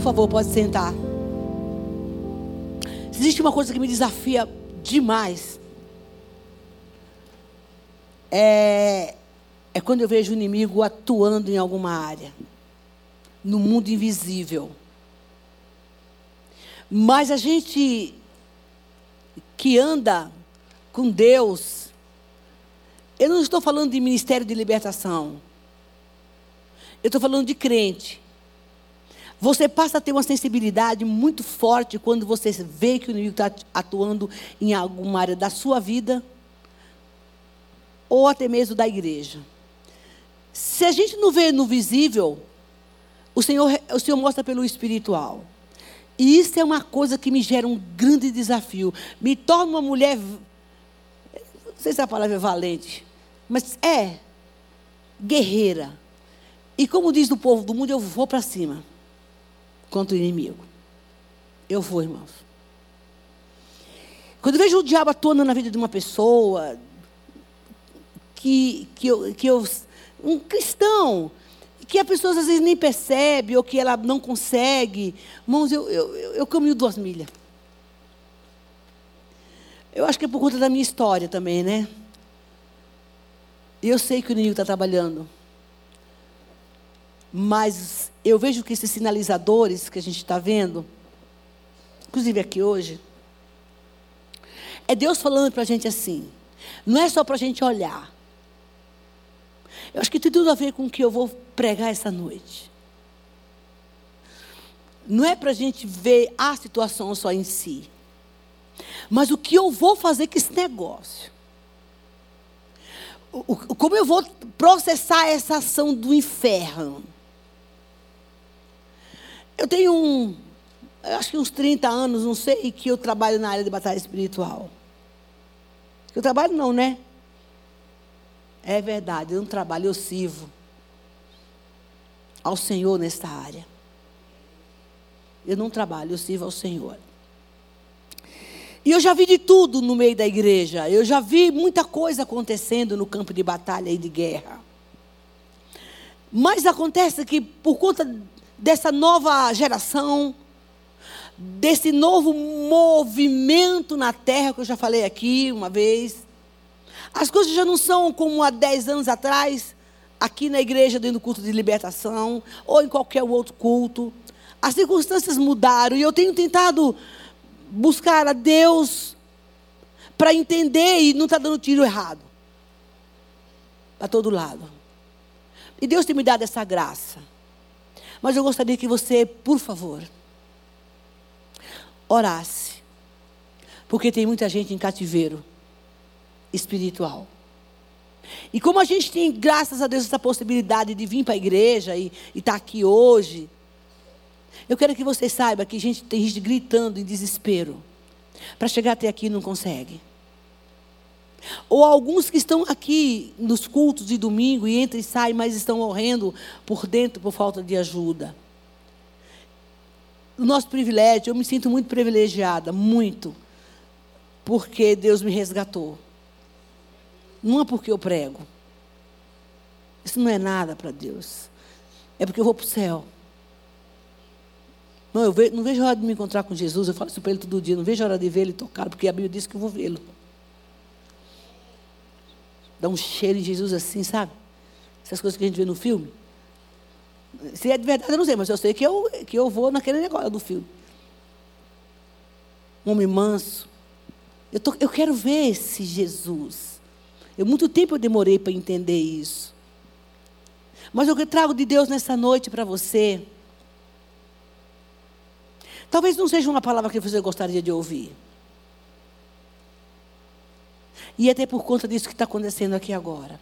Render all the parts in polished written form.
favor, pode sentar. Existe uma coisa que me desafia demais. É quando eu vejo o inimigo atuando em alguma área. No mundo invisível. Mas a gente que anda com Deus, eu não estou falando de ministério de libertação. Eu estou falando de crente. Você passa a ter uma sensibilidade muito forte quando você vê que o inimigo está atuando em alguma área da sua vida, ou até mesmo da igreja. Se a gente não vê no visível, o Senhor mostra pelo espiritual. E isso é uma coisa que me gera um grande desafio. Me torna uma mulher, não sei se a palavra é valente, mas guerreira. E como diz o povo do mundo, eu vou para cima contra o inimigo. Eu vou, irmãos. Quando eu vejo o diabo atuando na vida de uma pessoa, um cristão, que a pessoa às vezes nem percebe, ou que ela não consegue, irmãos, eu caminho 2 milhas. Eu acho que é por conta da minha história também, né? Eu sei que o inimigo está trabalhando. Mas eu vejo que esses sinalizadores que a gente está vendo, inclusive aqui hoje, é Deus falando para a gente assim. Não é só para a gente olhar. Eu acho que tem tudo a ver com o que eu vou pregar essa noite. Não é para a gente ver a situação só em si. Mas o que eu vou fazer com esse negócio. Como eu vou processar essa ação do inferno. Eu tenho acho que uns 30 anos, não sei, que eu trabalho na área de batalha espiritual. Eu trabalho não, né? É verdade, eu não trabalho, eu sirvo ao Senhor nesta área. Eu não trabalho, eu sirvo ao Senhor. E eu já vi de tudo no meio da igreja. Eu já vi muita coisa acontecendo no campo de batalha e de guerra. Mas acontece que por conta dessa nova geração, desse novo movimento na terra, que eu já falei aqui uma vez, as coisas já não são como há 10 anos atrás, aqui na igreja, dentro do culto de libertação, ou em qualquer outro culto. As circunstâncias mudaram, e eu tenho tentado buscar a Deus para entender, e não está dando tiro errado para todo lado. E Deus tem me dado essa graça. Mas eu gostaria que você, por favor, orasse. Porque tem muita gente em cativeiro espiritual. E como a gente tem, graças a Deus, essa possibilidade de vir para a igreja e estar aqui hoje, eu quero que você saiba que tem gente gritando em desespero para chegar até aqui e não consegue. Ou alguns que estão aqui nos cultos de domingo e entram e saem, mas estão morrendo por dentro por falta de ajuda. O nosso privilégio, eu me sinto muito privilegiada, muito, porque Deus me resgatou. Não é porque eu prego. Isso não é nada para Deus. É porque eu vou para o céu. Não, não vejo a hora de me encontrar com Jesus. Eu falo isso para ele todo dia. Não vejo a hora de ver ele tocar, porque a Bíblia diz que eu vou vê-lo. Dá um cheiro em Jesus assim, sabe? Essas coisas que a gente vê no filme. Se é de verdade, eu não sei, mas eu sei que eu vou naquele negócio do filme. Um homem manso. Eu quero ver esse Jesus. Muito tempo eu demorei para entender isso. Mas o que eu trago de Deus nessa noite para você, talvez não seja uma palavra que você gostaria de ouvir. E até por conta disso que está acontecendo aqui agora.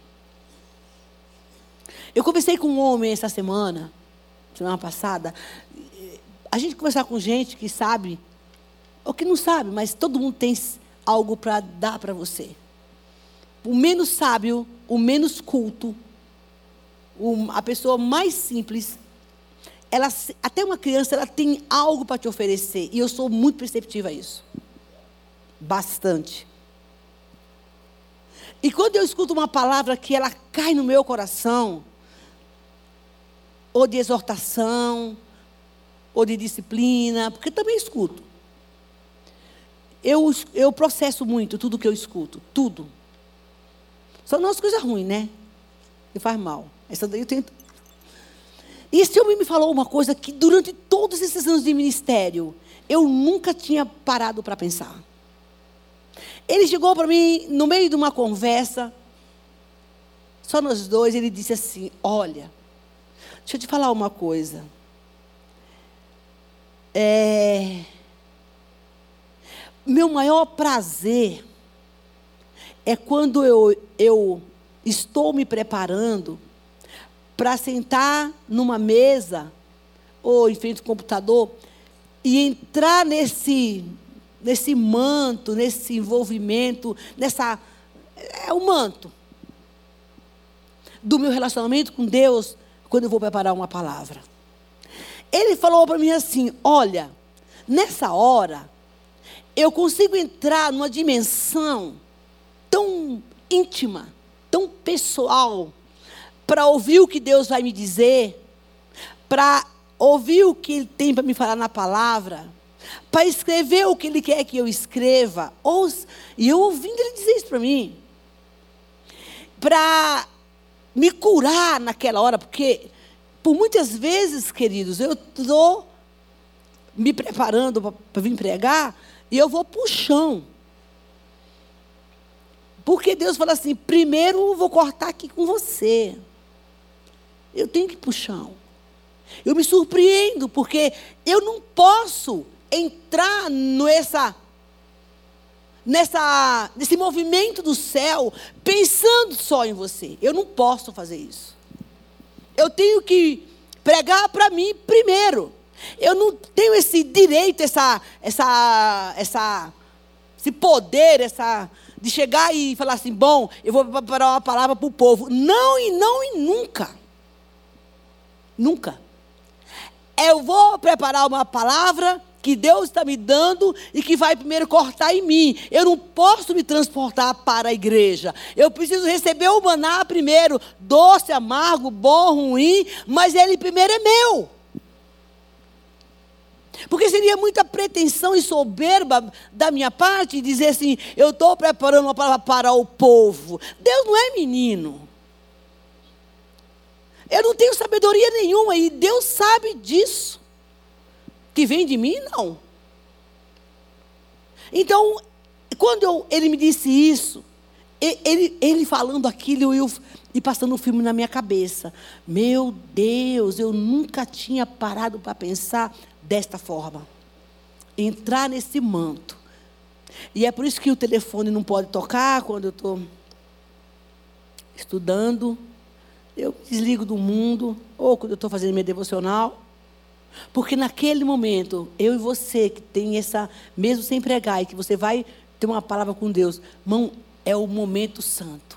Eu conversei com um homem essa semana passada. A gente conversar com gente que sabe, ou que não sabe, mas todo mundo tem algo para dar para você. O menos sábio, o menos culto, a pessoa mais simples, até uma criança, ela tem algo para te oferecer. E eu sou muito perceptiva a isso. Bastante. E quando eu escuto uma palavra que ela cai no meu coração, ou de exortação, ou de disciplina, porque também escuto. Eu processo muito tudo que eu escuto, tudo. Só não as coisas ruins, né? Que faz mal. Essa daí eu tento. E esse homem me falou uma coisa que durante todos esses anos de ministério, eu nunca tinha parado para pensar. Ele chegou para mim, no meio de uma conversa, só nós dois, ele disse assim, olha, deixa eu te falar uma coisa. Meu maior prazer é quando eu estou me preparando para sentar numa mesa ou em frente ao computador e entrar nesse manto, nesse envolvimento, é o manto do meu relacionamento com Deus quando eu vou preparar uma palavra. Ele falou para mim assim, olha, nessa hora eu consigo entrar numa dimensão tão íntima, tão pessoal, para ouvir o que Deus vai me dizer, para ouvir o que Ele tem para me falar na palavra, para escrever o que Ele quer que eu escreva. E eu ouvindo Ele dizer isso para mim, para me curar naquela hora, porque por muitas vezes, queridos, eu estou me preparando para vir pregar e eu vou para o chão. Porque Deus fala assim, primeiro eu vou cortar aqui com você. Eu tenho que ir para o chão. Eu me surpreendo, porque eu não posso entrar nesse movimento do céu, pensando só em você. Eu não posso fazer isso. Eu tenho que pregar para mim primeiro. Eu não tenho esse direito, esse poder, de chegar e falar assim, bom, eu vou preparar uma palavra para o povo. Não e não e nunca. Nunca. Eu vou preparar uma palavra que Deus está me dando e que vai primeiro cortar em mim. Eu não posso me transportar para a igreja. Eu preciso receber o maná primeiro, doce, amargo, bom, ruim, mas ele primeiro é meu. Porque seria muita pretensão e soberba da minha parte dizer assim, eu estou preparando uma palavra para o povo. Deus não é menino. Eu não tenho sabedoria nenhuma e Deus sabe disso. Que vem de mim, não. Então, quando ele me disse isso, ele falando aquilo, e passando um filme na minha cabeça. Meu Deus, eu nunca tinha parado para pensar desta forma. Entrar nesse manto. E é por isso que o telefone não pode tocar quando eu estou estudando. Eu desligo do mundo, ou quando eu estou fazendo minha devocional. Porque naquele momento, eu e você que tem mesmo sem pregar, e que você vai ter uma palavra com Deus, irmão, é o momento santo.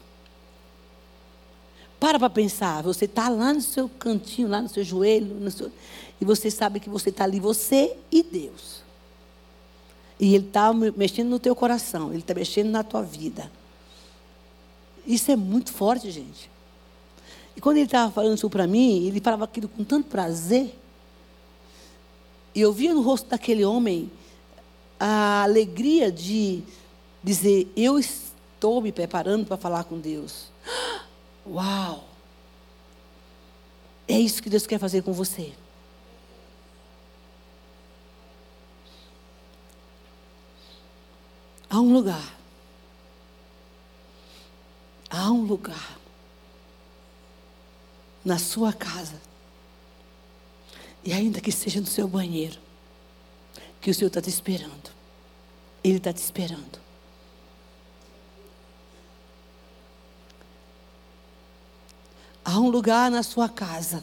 Para pensar, você está lá no seu cantinho, lá no seu joelho, e você sabe que você está ali, você e Deus. E Ele está mexendo no teu coração, Ele está mexendo na tua vida. Isso é muito forte, gente. E quando Ele estava falando isso para mim, Ele falava aquilo com tanto prazer. E eu via no rosto daquele homem a alegria de dizer, eu estou me preparando para falar com Deus. Uau! É isso que Deus quer fazer com você. Há um lugar. Há um lugar. Na sua casa. E ainda que seja no seu banheiro, que o Senhor está te esperando. Ele está te esperando. Há um lugar na sua casa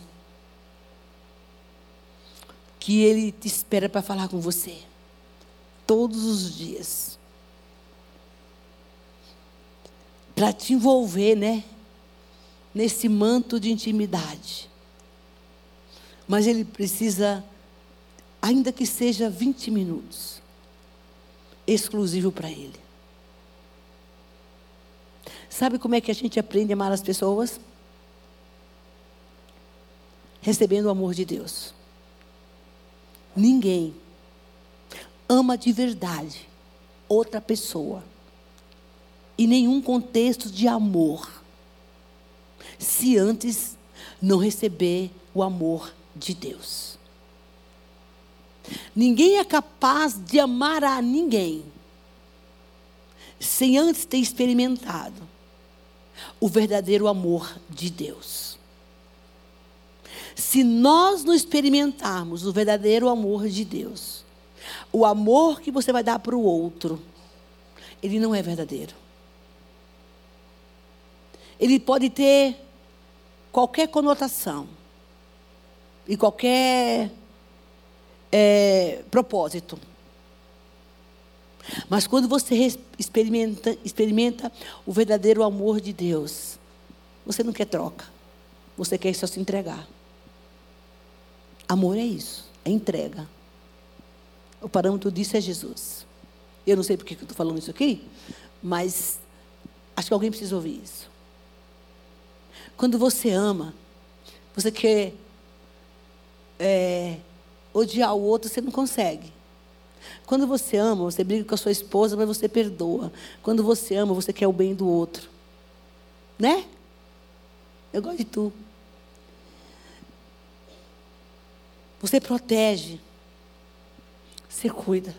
que Ele te espera para falar com você. Todos os dias. Para te envolver, né? Nesse manto de intimidade. Mas Ele precisa, ainda que seja 20 minutos, exclusivo para Ele. Sabe como é que a gente aprende a amar as pessoas? Recebendo o amor de Deus. Ninguém ama de verdade outra pessoa, em nenhum contexto de amor, se antes não receber o amor de Deus. Ninguém é capaz de amar a ninguém sem antes ter experimentado o verdadeiro amor de Deus. Se nós não experimentarmos o verdadeiro amor de Deus, o amor que você vai dar para o outro, ele não é verdadeiro. Ele pode ter qualquer conotação e qualquer propósito. Mas quando você experimenta o verdadeiro amor de Deus, você não quer troca, você quer só se entregar. Amor é isso, é entrega. O parâmetro disso é Jesus. Eu não sei porque que eu estou falando isso aqui, mas acho que alguém precisa ouvir isso. Quando você ama, você quer odiar o outro, você não consegue. Quando você ama, você briga com a sua esposa, mas você perdoa. Quando você ama, você quer o bem do outro. Né? Eu gosto de tu. Você protege. Você cuida.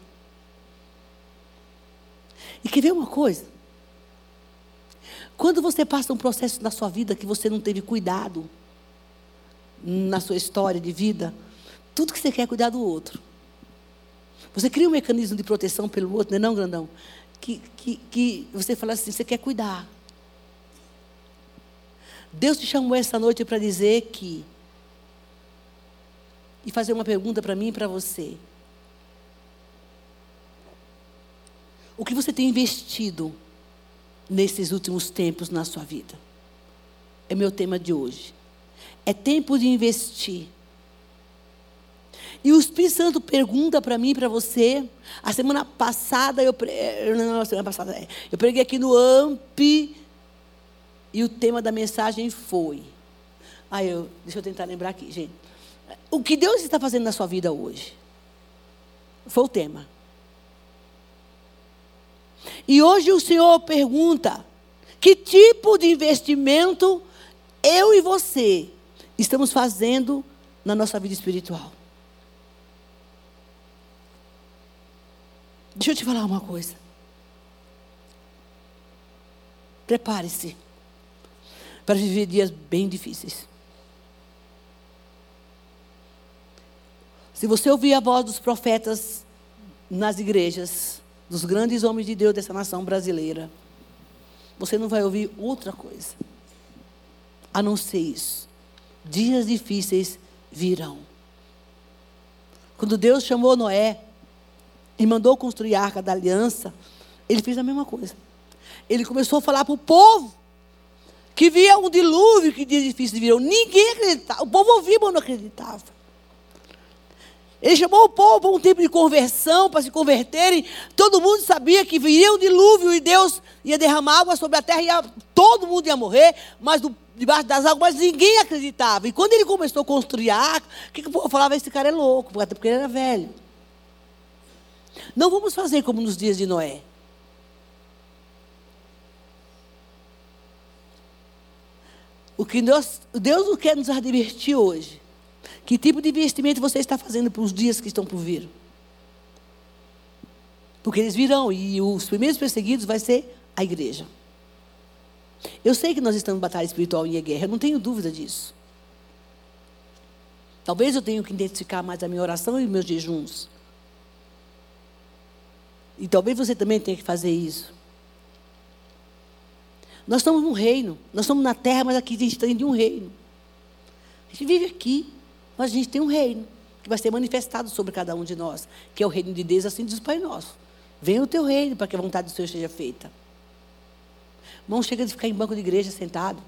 E quer ver uma coisa? Quando você passa um processo na sua vida que você não teve cuidado, na sua história de vida, tudo que você quer é cuidar do outro. Você cria um mecanismo de proteção pelo outro, não é não, grandão? Que você fala assim, você quer cuidar. Deus te chamou essa noite para dizer que, e fazer uma pergunta para mim e para você. O que você tem investido nesses últimos tempos na sua vida? É meu tema de hoje. É tempo de investir. E o Espírito Santo pergunta para mim e para você. A semana passada, eu preguei aqui no AMP. E o tema da mensagem foi... deixa eu tentar lembrar aqui, gente. O que Deus está fazendo na sua vida hoje? Foi o tema. E hoje o Senhor pergunta: que tipo de investimento eu e você estamos fazendo na nossa vida espiritual? Deixa eu te falar uma coisa. Prepare-se para viver dias bem difíceis. Se você ouvir a voz dos profetas nas igrejas, dos grandes homens de Deus dessa nação brasileira, você não vai ouvir outra coisa, a não ser isso. Dias difíceis virão. Quando Deus chamou Noé e mandou construir a Arca da Aliança, ele fez a mesma coisa. Ele começou a falar para o povo que via um dilúvio, que dias difíceis virão. Ninguém acreditava. O povo ouvia, mas não acreditava. Ele chamou o povo para um tempo de conversão, para se converterem. Todo mundo sabia que viria um dilúvio e Deus ia derramar água sobre a terra e todo mundo ia morrer, mas debaixo das águas, mas ninguém acreditava. E quando ele começou a construir a arca, o que o povo falava? Esse cara é louco, até porque ele era velho. Não vamos fazer como nos dias de Noé. O que Deus não quer nos advertir hoje. Que tipo de investimento você está fazendo para os dias que estão por vir? Porque eles virão e os primeiros perseguidos vai ser a igreja. Eu sei que nós estamos em batalha espiritual e em guerra, eu não tenho dúvida disso. Talvez eu tenha que intensificar mais a minha oração e os meus jejuns. E talvez você também tenha que fazer isso. Nós estamos num reino, nós estamos na terra, mas aqui a gente está dentro de um reino. A gente vive aqui, mas a gente tem um reino que vai ser manifestado sobre cada um de nós, que é o reino de Deus, assim diz o Pai Nosso. Venha o teu reino para que a vontade do Senhor seja feita. Não chega de ficar em banco de igreja sentado,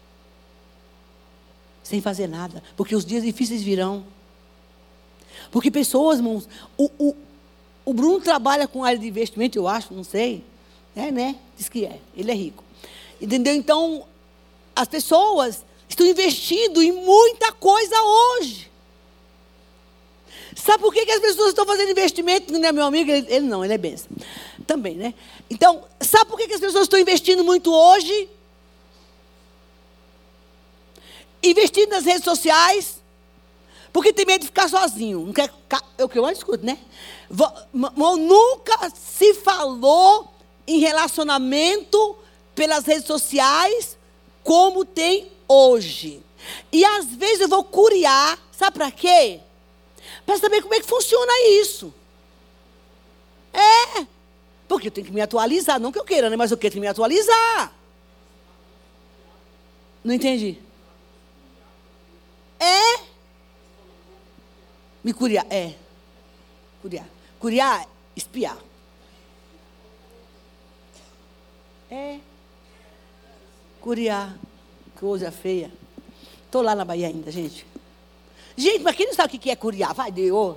sem fazer nada, porque os dias difíceis virão. Porque pessoas, irmãos, o Bruno trabalha com área de investimento, eu acho, não sei. Né? Diz que é, ele é rico. Entendeu? Então, as pessoas estão investindo em muita coisa hoje. Sabe por que as pessoas estão fazendo investimento? Não é meu amigo, ele não, ele é benção. Também, né? Então, sabe por que as pessoas estão investindo muito hoje? Investindo nas redes sociais, porque tem medo de ficar sozinho. Não quer, é o que eu mais escuto, né? Nunca se falou em relacionamento pelas redes sociais como tem hoje. E às vezes eu vou curiar, sabe para quê? Para saber como é que funciona isso. Porque eu tenho que me atualizar, não que eu queira, né? Mas eu quero que me atualizar. Não entendi. Me curiar, curiar. Curiar, espiar. Curiar, coisa feia. Estou lá na Bahia ainda, gente. Gente, mas quem não sabe o que é curiar? Vai, Deus.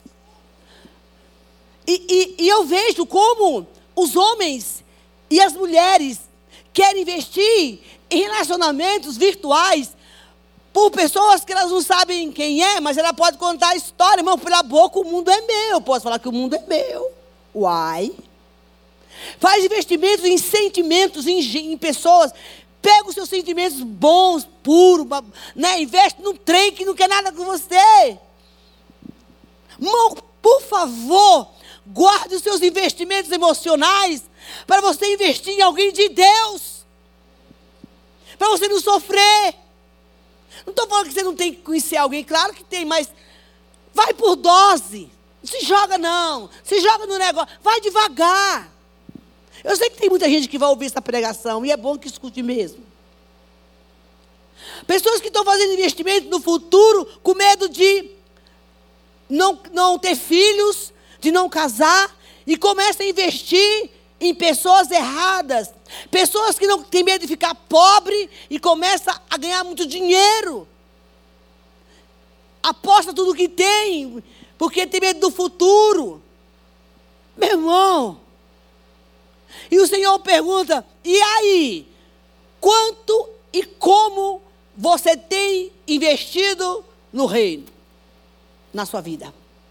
E eu vejo como os homens e as mulheres querem investir em relacionamentos virtuais por pessoas que elas não sabem quem é, mas ela pode contar a história. Irmão, pela boca o mundo é meu. Eu posso falar que o mundo é meu. Uai. Faz investimentos em sentimentos, em pessoas. Pega os seus sentimentos bons, puros, né? Investe num trem que não quer nada com você. Irmão, por favor, guarde os seus investimentos emocionais para você investir em alguém de Deus. Para você não sofrer. Não estou falando que você não tem que conhecer alguém, claro que tem, mas vai por dose. Não se joga não, se joga no negócio, vai devagar. Eu sei que tem muita gente que vai ouvir essa pregação, e é bom que escute mesmo. Pessoas que estão fazendo investimento no futuro, com medo de não ter filhos, de não casar, e começam a investir em pessoas erradas. Pessoas que não têm medo de ficar pobre e começam a ganhar muito dinheiro. Aposta tudo que tem, porque tem medo do futuro. Meu irmão. E o Senhor pergunta, e aí? Quanto e como você tem investido no reino? Na sua vida?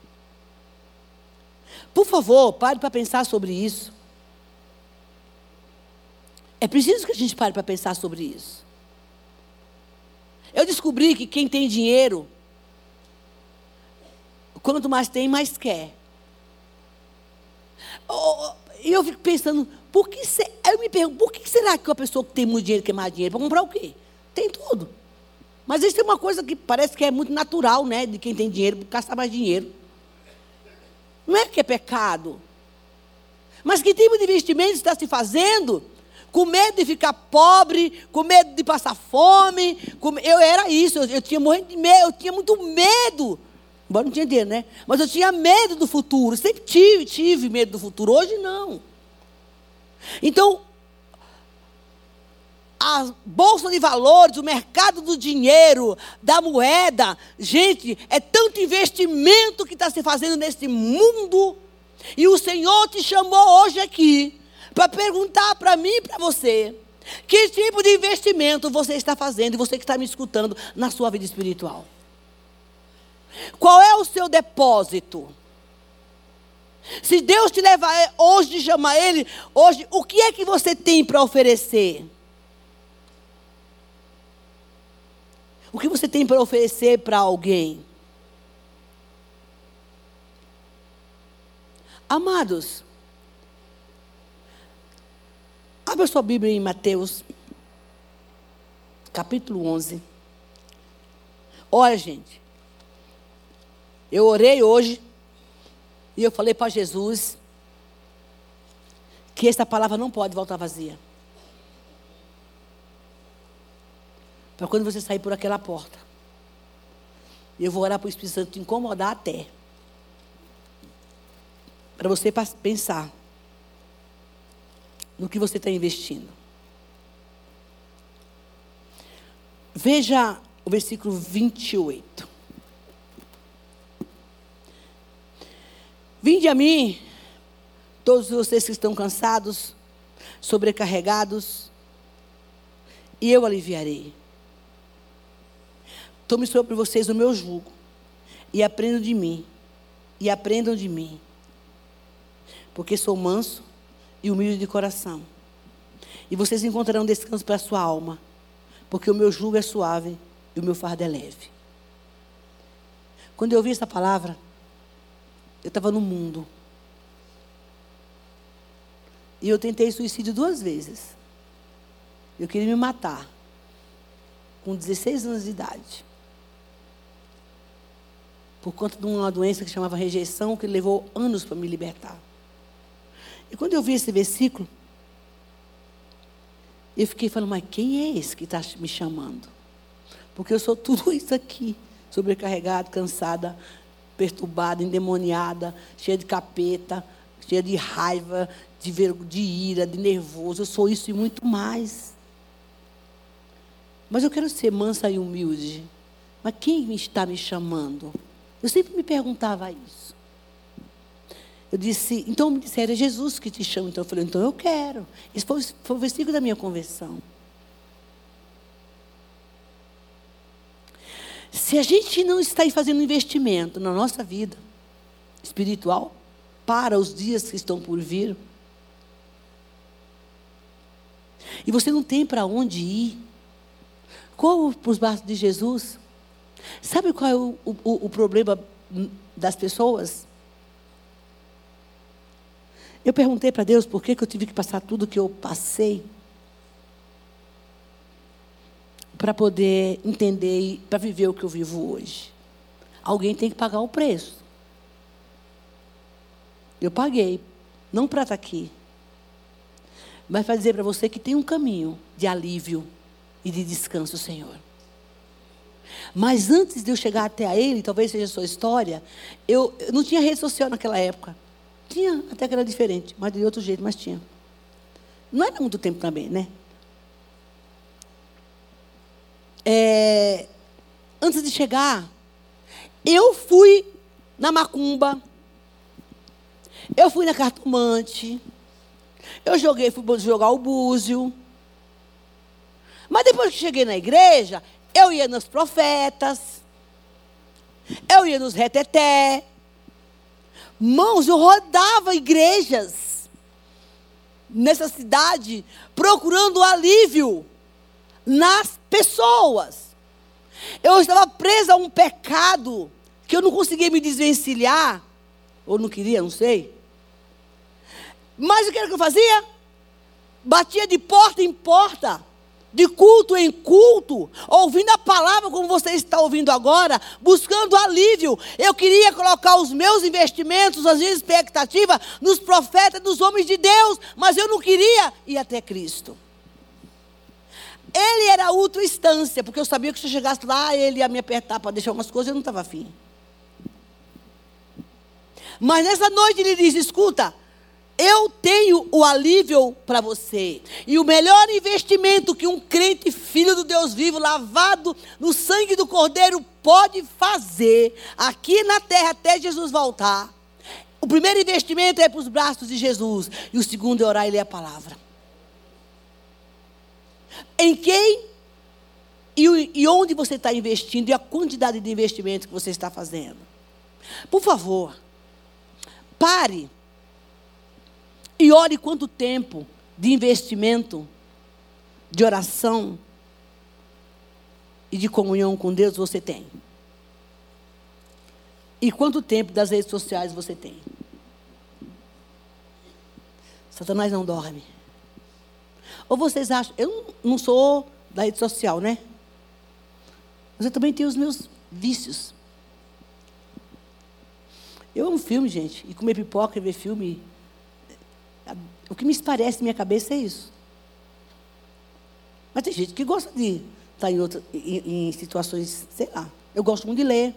Por favor, pare para pensar sobre isso. É preciso que a gente pare para pensar sobre isso. Eu descobri que quem tem dinheiro, quanto mais tem, mais quer. E eu fico pensando, aí eu me pergunto, por que será que uma pessoa que tem muito dinheiro quer mais dinheiro? Para comprar o quê? Tem tudo. Mas isso é uma coisa que parece que é muito natural, né? De quem tem dinheiro, gastar mais dinheiro. Não é que é pecado. Mas que tipo de investimento está se fazendo? Com medo de ficar pobre, com medo de passar fome. Eu era isso, eu tinha morrendo de medo, eu tinha muito medo. Embora não tinha dinheiro, né? Mas eu tinha medo do futuro, sempre tive medo do futuro, hoje não. Então, a bolsa de valores, o mercado do dinheiro, da moeda, gente, é tanto investimento que está se fazendo nesse mundo. E o Senhor te chamou hoje aqui para perguntar para mim e para você, que tipo de investimento você está fazendo, e você que está me escutando, na sua vida espiritual. Qual é o seu depósito? Se Deus te levar hoje, chamar Ele, hoje, o que é que você tem para oferecer? O que você tem para oferecer para alguém? Amados, abra sua Bíblia em Mateus, capítulo 11. Olha, gente, eu orei hoje e eu falei para Jesus que essa palavra não pode voltar vazia. Para quando você sair por aquela porta, eu vou orar para o Espírito Santo te incomodar até. Para você pensar no que você está investindo. Veja o versículo 28. Vinde a mim, todos vocês que estão cansados, sobrecarregados, e eu aliviarei. Tome sobre vocês o meu jugo e aprendam de mim, e aprendam de mim, porque sou manso e humilde de coração. E vocês encontrarão descanso para a sua alma, porque o meu jugo é suave e o meu fardo é leve. Quando eu ouvi essa palavra, eu estava no mundo. E eu tentei suicídio 2 vezes. Eu queria me matar, com 16 anos de idade. Por conta de uma doença que chamava rejeição, que levou anos para me libertar. E quando eu vi esse versículo, eu fiquei falando, mas quem é esse que está me chamando? Porque eu sou tudo isso aqui, sobrecarregada, cansada, perturbada, endemoniada, cheia de capeta, cheia de raiva, de ira, de nervoso. Eu sou isso e muito mais. Mas eu quero ser mansa e humilde. Mas quem está me chamando? Eu sempre me perguntava isso. Eu disse, então me disseram, é Jesus que te chama. Então eu falei, então eu quero. Esse foi o versículo da minha conversão. Se a gente não está fazendo investimento na nossa vida espiritual, para os dias que estão por vir, e você não tem para onde ir, corra para os braços de Jesus. Sabe qual é o problema das pessoas? Eu perguntei para Deus por que eu tive que passar tudo que eu passei, para poder entender e para viver o que eu vivo hoje. Alguém tem que pagar o preço. Eu paguei, não para estar aqui, mas para dizer para você que tem um caminho de alívio e de descanso, Senhor. Mas antes de eu chegar até a Ele, talvez seja a sua história, eu não tinha rede social naquela época. Tinha, até que era diferente, mas de outro jeito, mas tinha. Não era muito tempo também, né? Antes de chegar, eu fui na macumba, eu fui na cartomante, fui jogar o búzio. Mas depois que cheguei na igreja, eu ia nos profetas, eu ia nos reteté. Mãos, eu rodava igrejas nessa cidade, procurando alívio nas pessoas. Eu estava presa a um pecado que eu não conseguia me desvencilhar, ou não queria, não sei. Mas o que era que eu fazia? Batia de porta em porta, de culto em culto, ouvindo a palavra como você está ouvindo agora, buscando alívio. Eu queria colocar os meus investimentos, as minhas expectativas nos profetas, nos homens de Deus, mas eu não queria ir até Cristo. Ele era a última instância, porque eu sabia que se eu chegasse lá, ele ia me apertar para deixar umas coisas, eu não estava afim. Mas nessa noite ele diz, escuta, eu tenho o alívio para você. E o melhor investimento que um crente, filho do Deus vivo, lavado no sangue do Cordeiro, pode fazer aqui na terra até Jesus voltar. O primeiro investimento é para os braços de Jesus. E o segundo é orar e ler a palavra. Em quem e onde você está investindo e a quantidade de investimento que você está fazendo. Por favor, pare e ore quanto tempo de investimento, de oração e de comunhão com Deus você tem. E quanto tempo das redes sociais você tem. Satanás não dorme. Ou vocês acham, eu não sou da rede social, né? Mas eu também tenho os meus vícios. Eu amo filme, gente, e comer pipoca e ver filme. O que me parece na minha cabeça é isso. Mas tem gente que gosta de estar em situações, sei lá. Eu gosto muito de ler.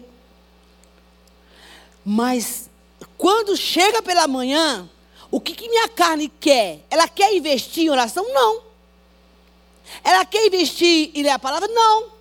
Mas, quando chega pela manhã, o que minha carne quer? Ela quer investir em oração? Não. Ela quer investir em ler a palavra? Não.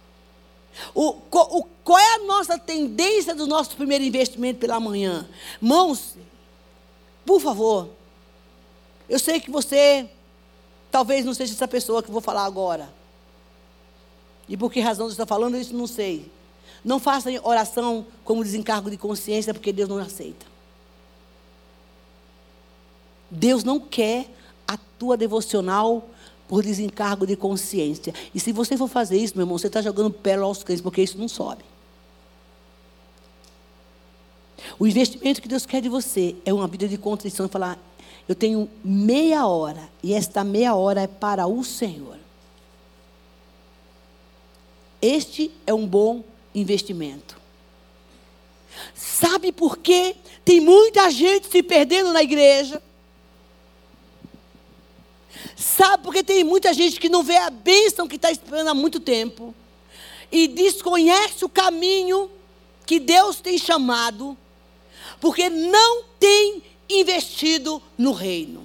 Qual é a nossa tendência do nosso primeiro investimento pela manhã? Mãos, por favor. Eu sei que você talvez não seja essa pessoa que eu vou falar agora. E por que razão você está falando isso, não sei. Não faça oração como desencargo de consciência, porque Deus não aceita. Deus não quer a tua devocional por desencargo de consciência. E se você for fazer isso, meu irmão, você está jogando pérola aos cães, porque isso não sobe. O investimento que Deus quer de você é uma vida de contrição e falar, eu tenho meia hora, e esta meia hora é para o Senhor. Este é um bom investimento. Sabe por quê? Tem muita gente se perdendo na igreja. Sabe por que tem muita gente que não vê a bênção que está esperando há muito tempo e desconhece o caminho que Deus tem chamado, porque não tem investido no reino.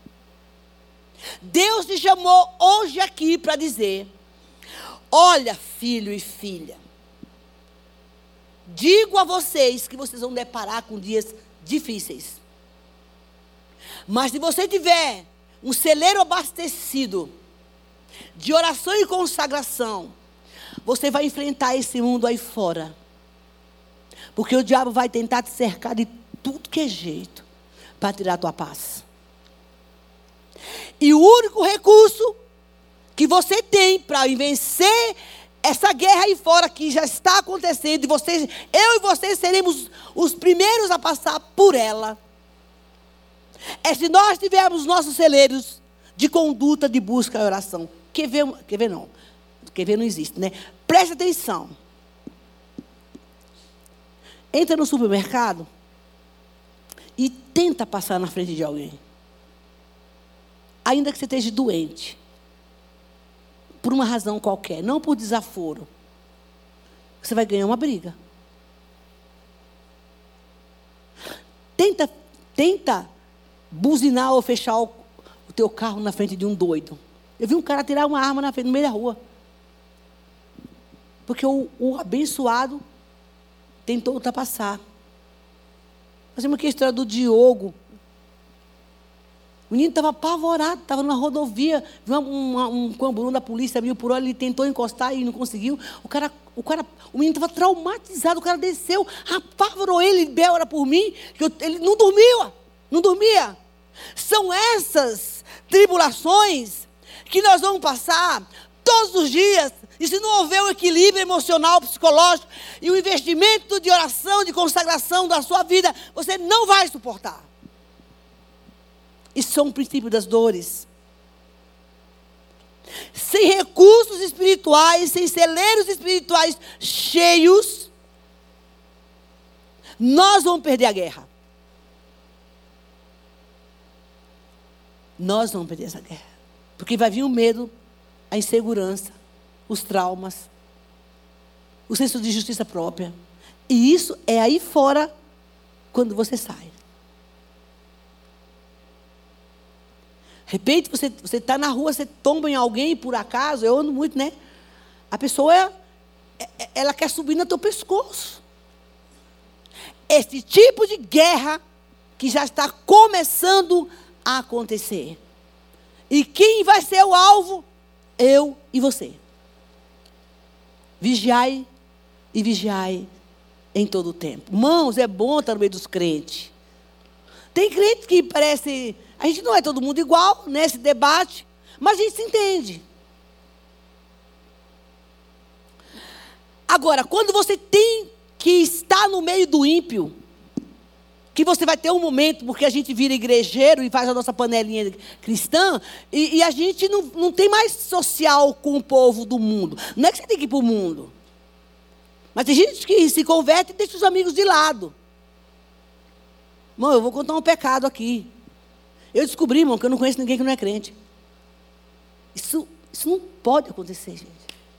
Deus te chamou hoje aqui para dizer, olha, filho e filha, digo a vocês que vocês vão deparar com dias difíceis. Mas se você tiver um celeiro abastecido de oração e consagração, você vai enfrentar esse mundo aí fora. Porque o diabo vai tentar te cercar de tudo que é jeito para tirar a tua paz. E o único recurso que você tem para vencer essa guerra aí fora que já está acontecendo, e eu e você seremos os primeiros a passar por ela, é se nós tivermos nossos celeiros de conduta, de busca e oração. Quer ver não. Quer ver não existe, né? Preste atenção. Entra no supermercado e tenta passar na frente de alguém. Ainda que você esteja doente. Por uma razão qualquer, não por desaforo. Você vai ganhar uma briga. Tenta buzinar ou fechar o teu carro na frente de um doido. Eu vi um cara tirar uma arma no meio da rua. Porque o abençoado tentou ultrapassar. Nós temos aqui a história do Diogo. O menino estava apavorado, estava numa rodovia, viu um camburu da polícia, 1.000 por hora, ele tentou encostar e não conseguiu. O menino estava traumatizado, o cara desceu, apavorou ele, ora por mim, ele não dormia. São essas tribulações que nós vamos passar todos os dias, e se não houver um equilíbrio emocional, psicológico, e o investimento de oração, de consagração da sua vida, você não vai suportar. Isso é um princípio das dores. Sem recursos espirituais, sem celeiros espirituais cheios, nós vamos perder a guerra. Nós vamos perder essa guerra. Porque vai vir o medo, a insegurança, os traumas, o senso de justiça própria. E isso é aí fora, quando você sai. De repente, você está na rua, você tomba em alguém, por acaso, eu ando muito, né? A pessoa, ela quer subir no teu pescoço. Esse tipo de guerra que já está começando a acontecer. E quem vai ser o alvo? Eu e você. Vigiai e vigiai em todo o tempo. Irmãos, é bom estar no meio dos crentes. Tem crente que parece... A gente não é todo mundo igual nesse debate, mas a gente se entende. Agora, quando você tem que estar no meio do ímpio, que você vai ter um momento, porque a gente vira igrejeiro e faz a nossa panelinha cristã, e a gente não tem mais social com o povo do mundo. Não é que você tem que ir para o mundo. Mas tem gente que se converte e deixa os amigos de lado. Irmão, eu vou contar um pecado aqui. Eu descobri, irmão, que eu não conheço ninguém que não é crente. Isso não pode acontecer, gente.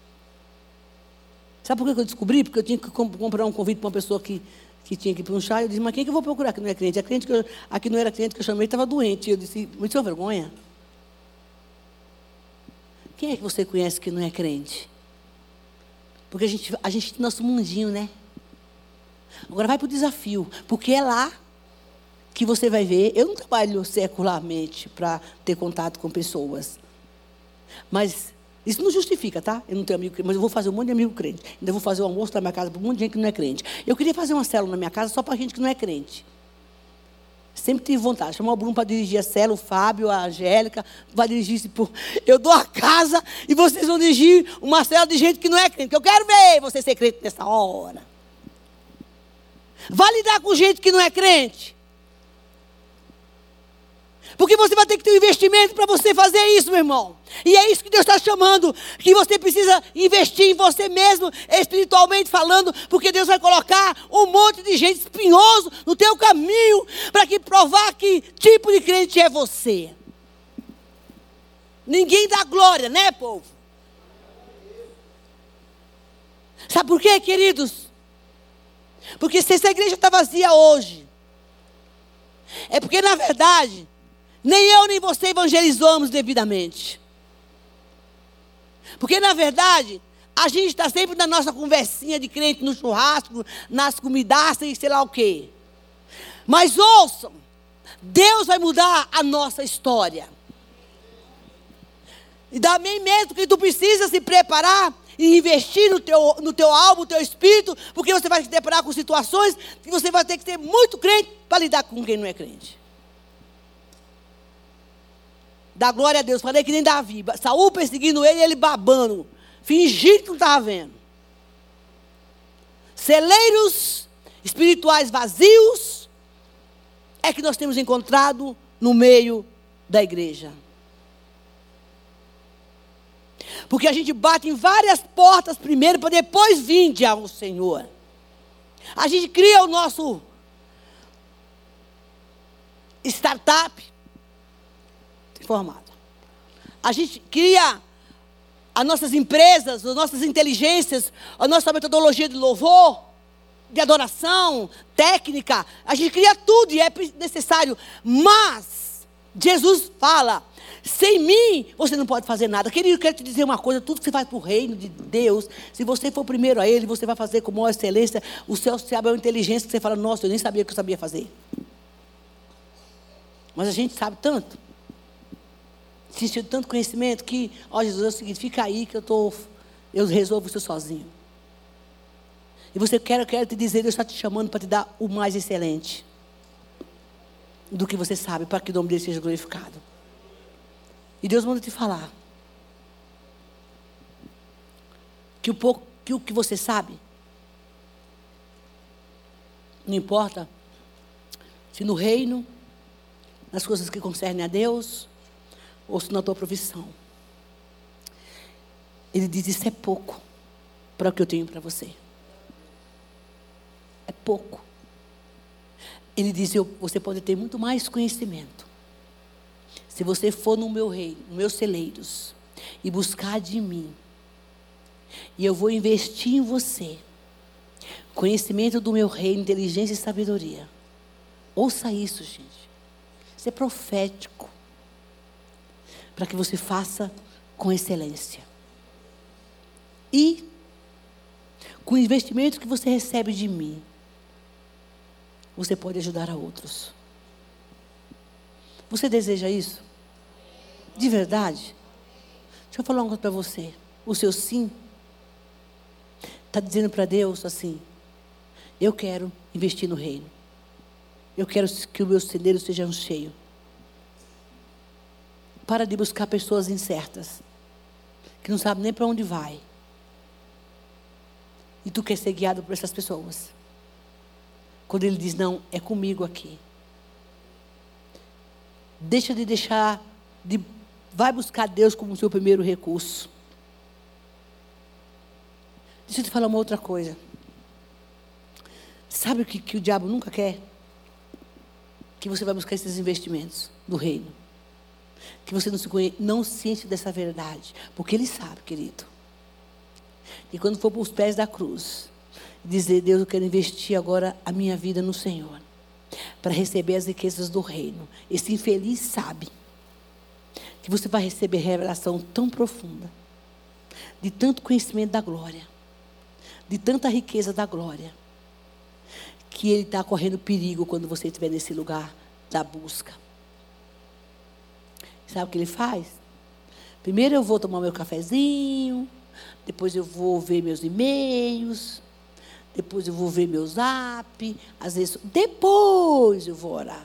Sabe por que eu descobri? Porque eu tinha que comprar um convite para uma pessoa que tinha que ir para um chá. Eu disse, mas quem que eu vou procurar que não é crente? A crente que não era crente que eu chamei estava doente. Eu disse, me deu vergonha. Quem é que você conhece que não é crente? Porque a gente tem nosso mundinho, né? Agora vai para o desafio. Porque é lá que você vai ver. Eu não trabalho secularmente para ter contato com pessoas. Mas Isso não justifica, tá? Eu não tenho amigo crente, mas eu vou fazer um monte de amigo crente. Ainda vou fazer o almoço na minha casa para um monte de gente que não é crente. Eu queria fazer uma célula na minha casa só para gente que não é crente. Sempre tive vontade. Chamar o Bruno para dirigir a célula, o Fábio, a Angélica, vai dirigir isso por... Eu dou a casa e vocês vão dirigir uma célula de gente que não é crente. Que eu quero ver você ser crente nessa hora. Vai lidar com gente que não é crente. Porque você vai ter que ter um investimento para você fazer isso, meu irmão. E é isso que Deus está chamando. Que você precisa investir em você mesmo, espiritualmente falando. Porque Deus vai colocar um monte de gente espinhoso no teu caminho. Para que provar que tipo de crente é você. Ninguém dá glória, né, povo? Sabe por quê, queridos? Porque se essa igreja está vazia hoje, é porque, na verdade, nem eu nem você evangelizamos devidamente. Porque, na verdade, a gente está sempre na nossa conversinha de crente, no churrasco, nas comidaças e sei lá o quê. Mas ouçam, Deus vai mudar a nossa história. E também mesmo que tu precisa se preparar e investir no teu alma, no teu espírito, porque você vai se deparar com situações que você vai ter que ser muito crente para lidar com quem não é crente. Dá glória a Deus. Falei que nem Davi. Saul perseguindo ele e ele babando. Fingindo que não estava vendo. Celeiros espirituais vazios é que nós temos encontrado no meio da igreja. Porque a gente bate em várias portas primeiro para depois vir ao Senhor. A gente cria o nosso startup. Formado. A gente cria as nossas empresas, as nossas inteligências, a nossa metodologia de louvor, de adoração, técnica. A gente cria tudo e é necessário. Mas Jesus fala, sem mim você não pode fazer nada. Querido, eu quero te dizer uma coisa, tudo que você faz para o reino de Deus, se você for primeiro a Ele, você vai fazer com maior excelência. O céu se abre a inteligência que você fala, nossa, eu nem sabia que eu sabia fazer. Mas a gente sabe tanto. Sentindo tanto conhecimento que, ó Jesus, é o seguinte, fica aí que eu resolvo isso sozinho. E eu quero te dizer, Deus está te chamando para te dar o mais excelente do que você sabe, para que o nome dele seja glorificado. E Deus manda te falar que o que você sabe, não importa se no reino, nas coisas que concernem a Deus, ou se na tua profissão. Ele diz, isso é pouco para o que eu tenho para você. É pouco. Ele diz, você pode ter muito mais conhecimento. Se você for no meu reino, nos meus celeiros, e buscar de mim, e eu vou investir em você, conhecimento do meu reino, inteligência e sabedoria. Ouça isso, gente. Isso é profético. Para que você faça com excelência. E, com o investimento que você recebe de mim, você pode ajudar a outros. Você deseja isso? De verdade? Deixa eu falar uma coisa para você. O seu sim está dizendo para Deus assim, eu quero investir no reino. Eu quero que os meus celeiros sejam cheios. Para de buscar pessoas incertas, que não sabem nem para onde vai. E tu quer ser guiado por essas pessoas. Quando ele diz, não, é comigo aqui. Vai buscar Deus como seu primeiro recurso. Deixa eu te falar uma outra coisa. Sabe o que o diabo nunca quer? Que você vai buscar esses investimentos do reino. Que você não se enche dessa verdade. Porque ele sabe, querido. E quando for para os pés da cruz, dizer, Deus, eu quero investir agora a minha vida no Senhor. Para receber as riquezas do reino. Esse infeliz sabe que você vai receber revelação tão profunda. De tanto conhecimento da glória. De tanta riqueza da glória. Que ele está correndo perigo quando você estiver nesse lugar da busca. Sabe o que ele faz? Primeiro eu vou tomar meu cafezinho, depois eu vou ver meus e-mails, depois eu vou ver meu zap, às vezes, depois eu vou orar.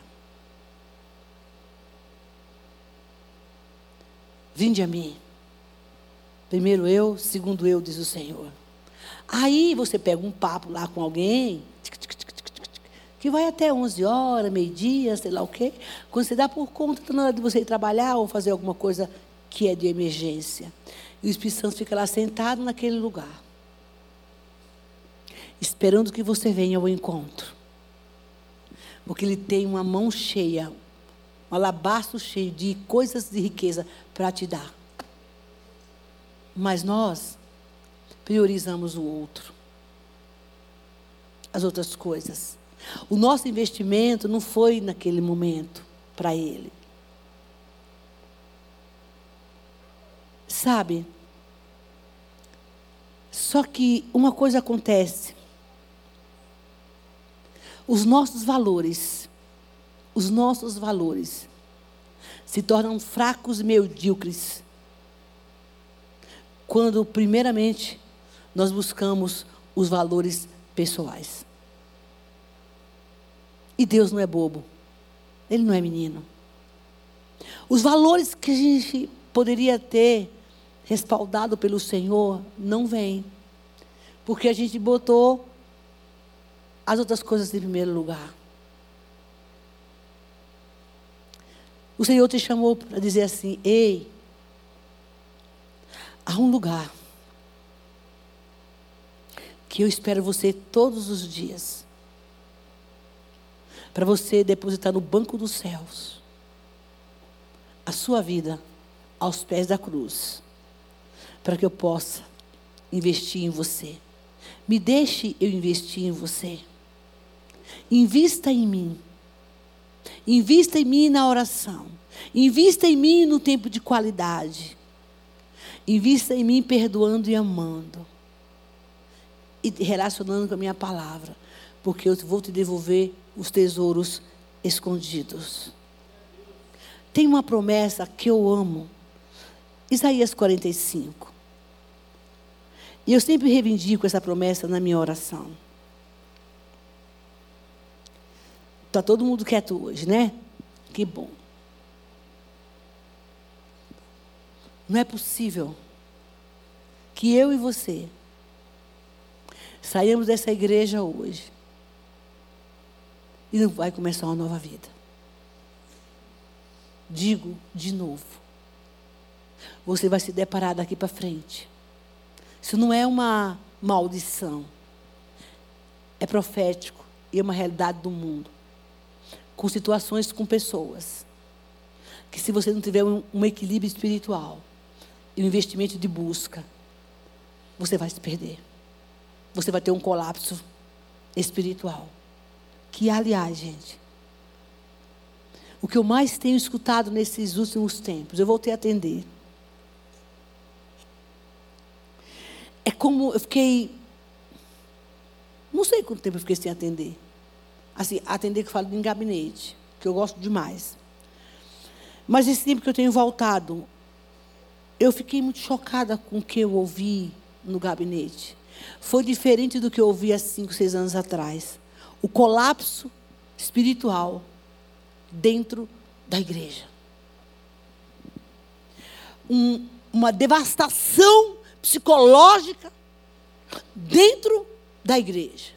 Vinde a mim. Primeiro eu, segundo eu, diz o Senhor. Aí você pega um papo lá com alguém, que vai até 11 horas, meio-dia, sei lá o quê. Quando você dá por conta, está na hora de você ir trabalhar ou fazer alguma coisa que é de emergência. E o Espírito Santo fica lá sentado naquele lugar, esperando que você venha ao encontro. Porque ele tem uma mão cheia, um alabastro cheio de coisas de riqueza para te dar. Mas nós priorizamos o outro, as outras coisas. O nosso investimento não foi naquele momento para ele. Sabe? Só que uma coisa acontece. Os nossos valores se tornam fracos e medíocres quando, primeiramente, nós buscamos os valores pessoais. E Deus não é bobo. Ele não é menino. Os valores que a gente poderia ter respaldado pelo Senhor não vêm. Porque a gente botou as outras coisas em primeiro lugar. O Senhor te chamou para dizer assim: ei, há um lugar que eu espero você todos os dias, para você depositar no banco dos céus a sua vida aos pés da cruz, para que eu possa investir em você. Me deixe eu investir em você. Invista em mim. Invista em mim na oração. Invista em mim no tempo de qualidade. Invista em mim perdoando e amando. E relacionando com a minha palavra. Porque eu vou te devolver os tesouros escondidos. Tem uma promessa que eu amo. Isaías 45. E eu sempre reivindico essa promessa na minha oração. Está todo mundo quieto hoje, né? Que bom. Não é possível que eu e você saímos dessa igreja hoje e não vai começar uma nova vida. Digo de novo. Você vai se deparar daqui para frente. Isso não é uma maldição. É profético e é uma realidade do mundo. Com situações, com pessoas. Que se você não tiver um equilíbrio espiritual e um investimento de busca, você vai se perder. Você vai ter um colapso espiritual. Que, aliás, gente, o que eu mais tenho escutado nesses últimos tempos, eu voltei a atender. É como eu fiquei, não sei quanto tempo eu fiquei sem atender. Assim, atender que eu falo em gabinete, que eu gosto demais. Mas esse tempo que eu tenho voltado, eu fiquei muito chocada com o que eu ouvi no gabinete. Foi diferente do que eu ouvi há 5, 6 anos atrás. O colapso espiritual dentro da igreja. Uma devastação psicológica dentro da igreja.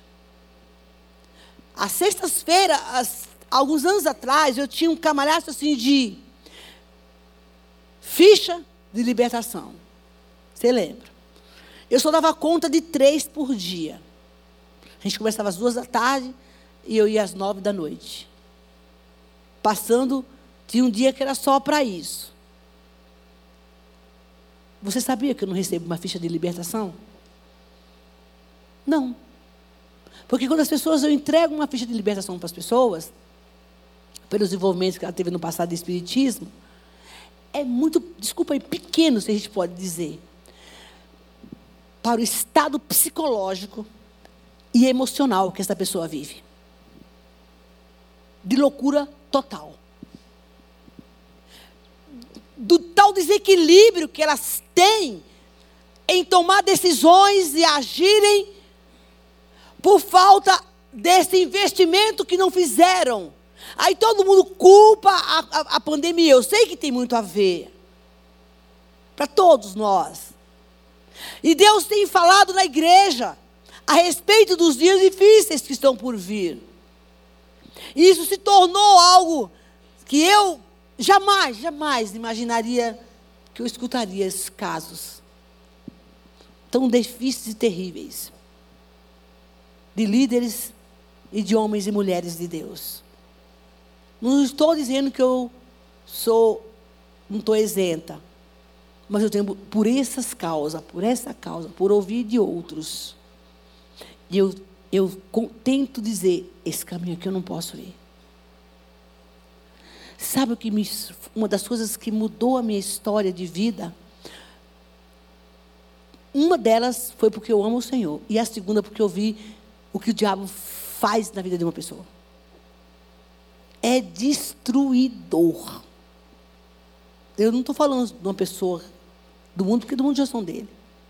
Às sextas-feiras, alguns anos atrás, eu tinha um camarada assim de ficha de libertação. Você lembra? Eu só dava conta de 3 por dia. A gente começava às 2 da tarde e eu ia às 9 da noite. Passando, tinha um dia que era só para isso. Você sabia que eu não recebo uma ficha de libertação? Não. Porque quando as pessoas, eu entrego uma ficha de libertação para as pessoas, pelos desenvolvimentos que ela teve no passado de espiritismo, é muito, desculpa aí, pequeno, se a gente pode dizer, para o estado psicológico e emocional que essa pessoa vive. De loucura total. Do tal ao desequilíbrio que elas têm em tomar decisões e agirem por falta desse investimento que não fizeram. Aí todo mundo culpa a pandemia. Eu sei que tem muito a ver. Para todos nós. E Deus tem falado na igreja a respeito dos dias difíceis que estão por vir. E isso se tornou algo que eu jamais imaginaria que eu escutaria esses casos tão difíceis e terríveis de líderes e de homens e mulheres de Deus. Não estou dizendo que eu não estou isenta, mas eu tenho por essa causa, por ouvir de outros, e eu tento dizer, esse caminho aqui eu não posso ir. Sabe uma das coisas que mudou a minha história de vida? Uma delas foi porque eu amo o Senhor. E a segunda porque eu vi o que o diabo faz na vida de uma pessoa. É destruidor. Eu não estou falando de uma pessoa do mundo, porque do mundo já são dele.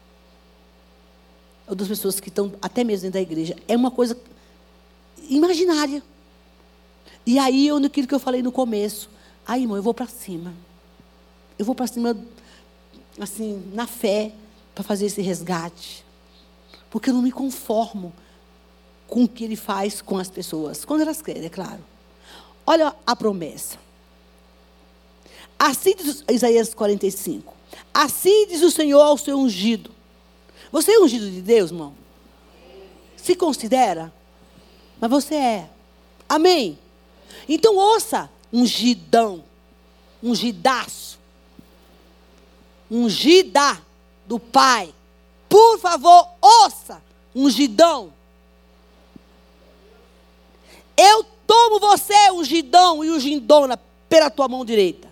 Ou das pessoas que estão até mesmo dentro da igreja. É uma coisa imaginária. E aí, naquilo que eu falei no começo, aí, irmão, eu vou para cima. Eu vou para cima, assim, na fé, para fazer esse resgate. Porque eu não me conformo com o que ele faz com as pessoas. Quando elas querem, é claro. Olha a promessa. Assim diz Isaías 45. Assim diz o Senhor ao seu ungido. Você é ungido de Deus, irmão? Se considera? Mas você é. Amém? Então ouça, ungidão, ungidaço, ungida do Pai. Por favor, ouça, ungidão. Eu tomo você, ungidão e ungidona, pela tua mão direita.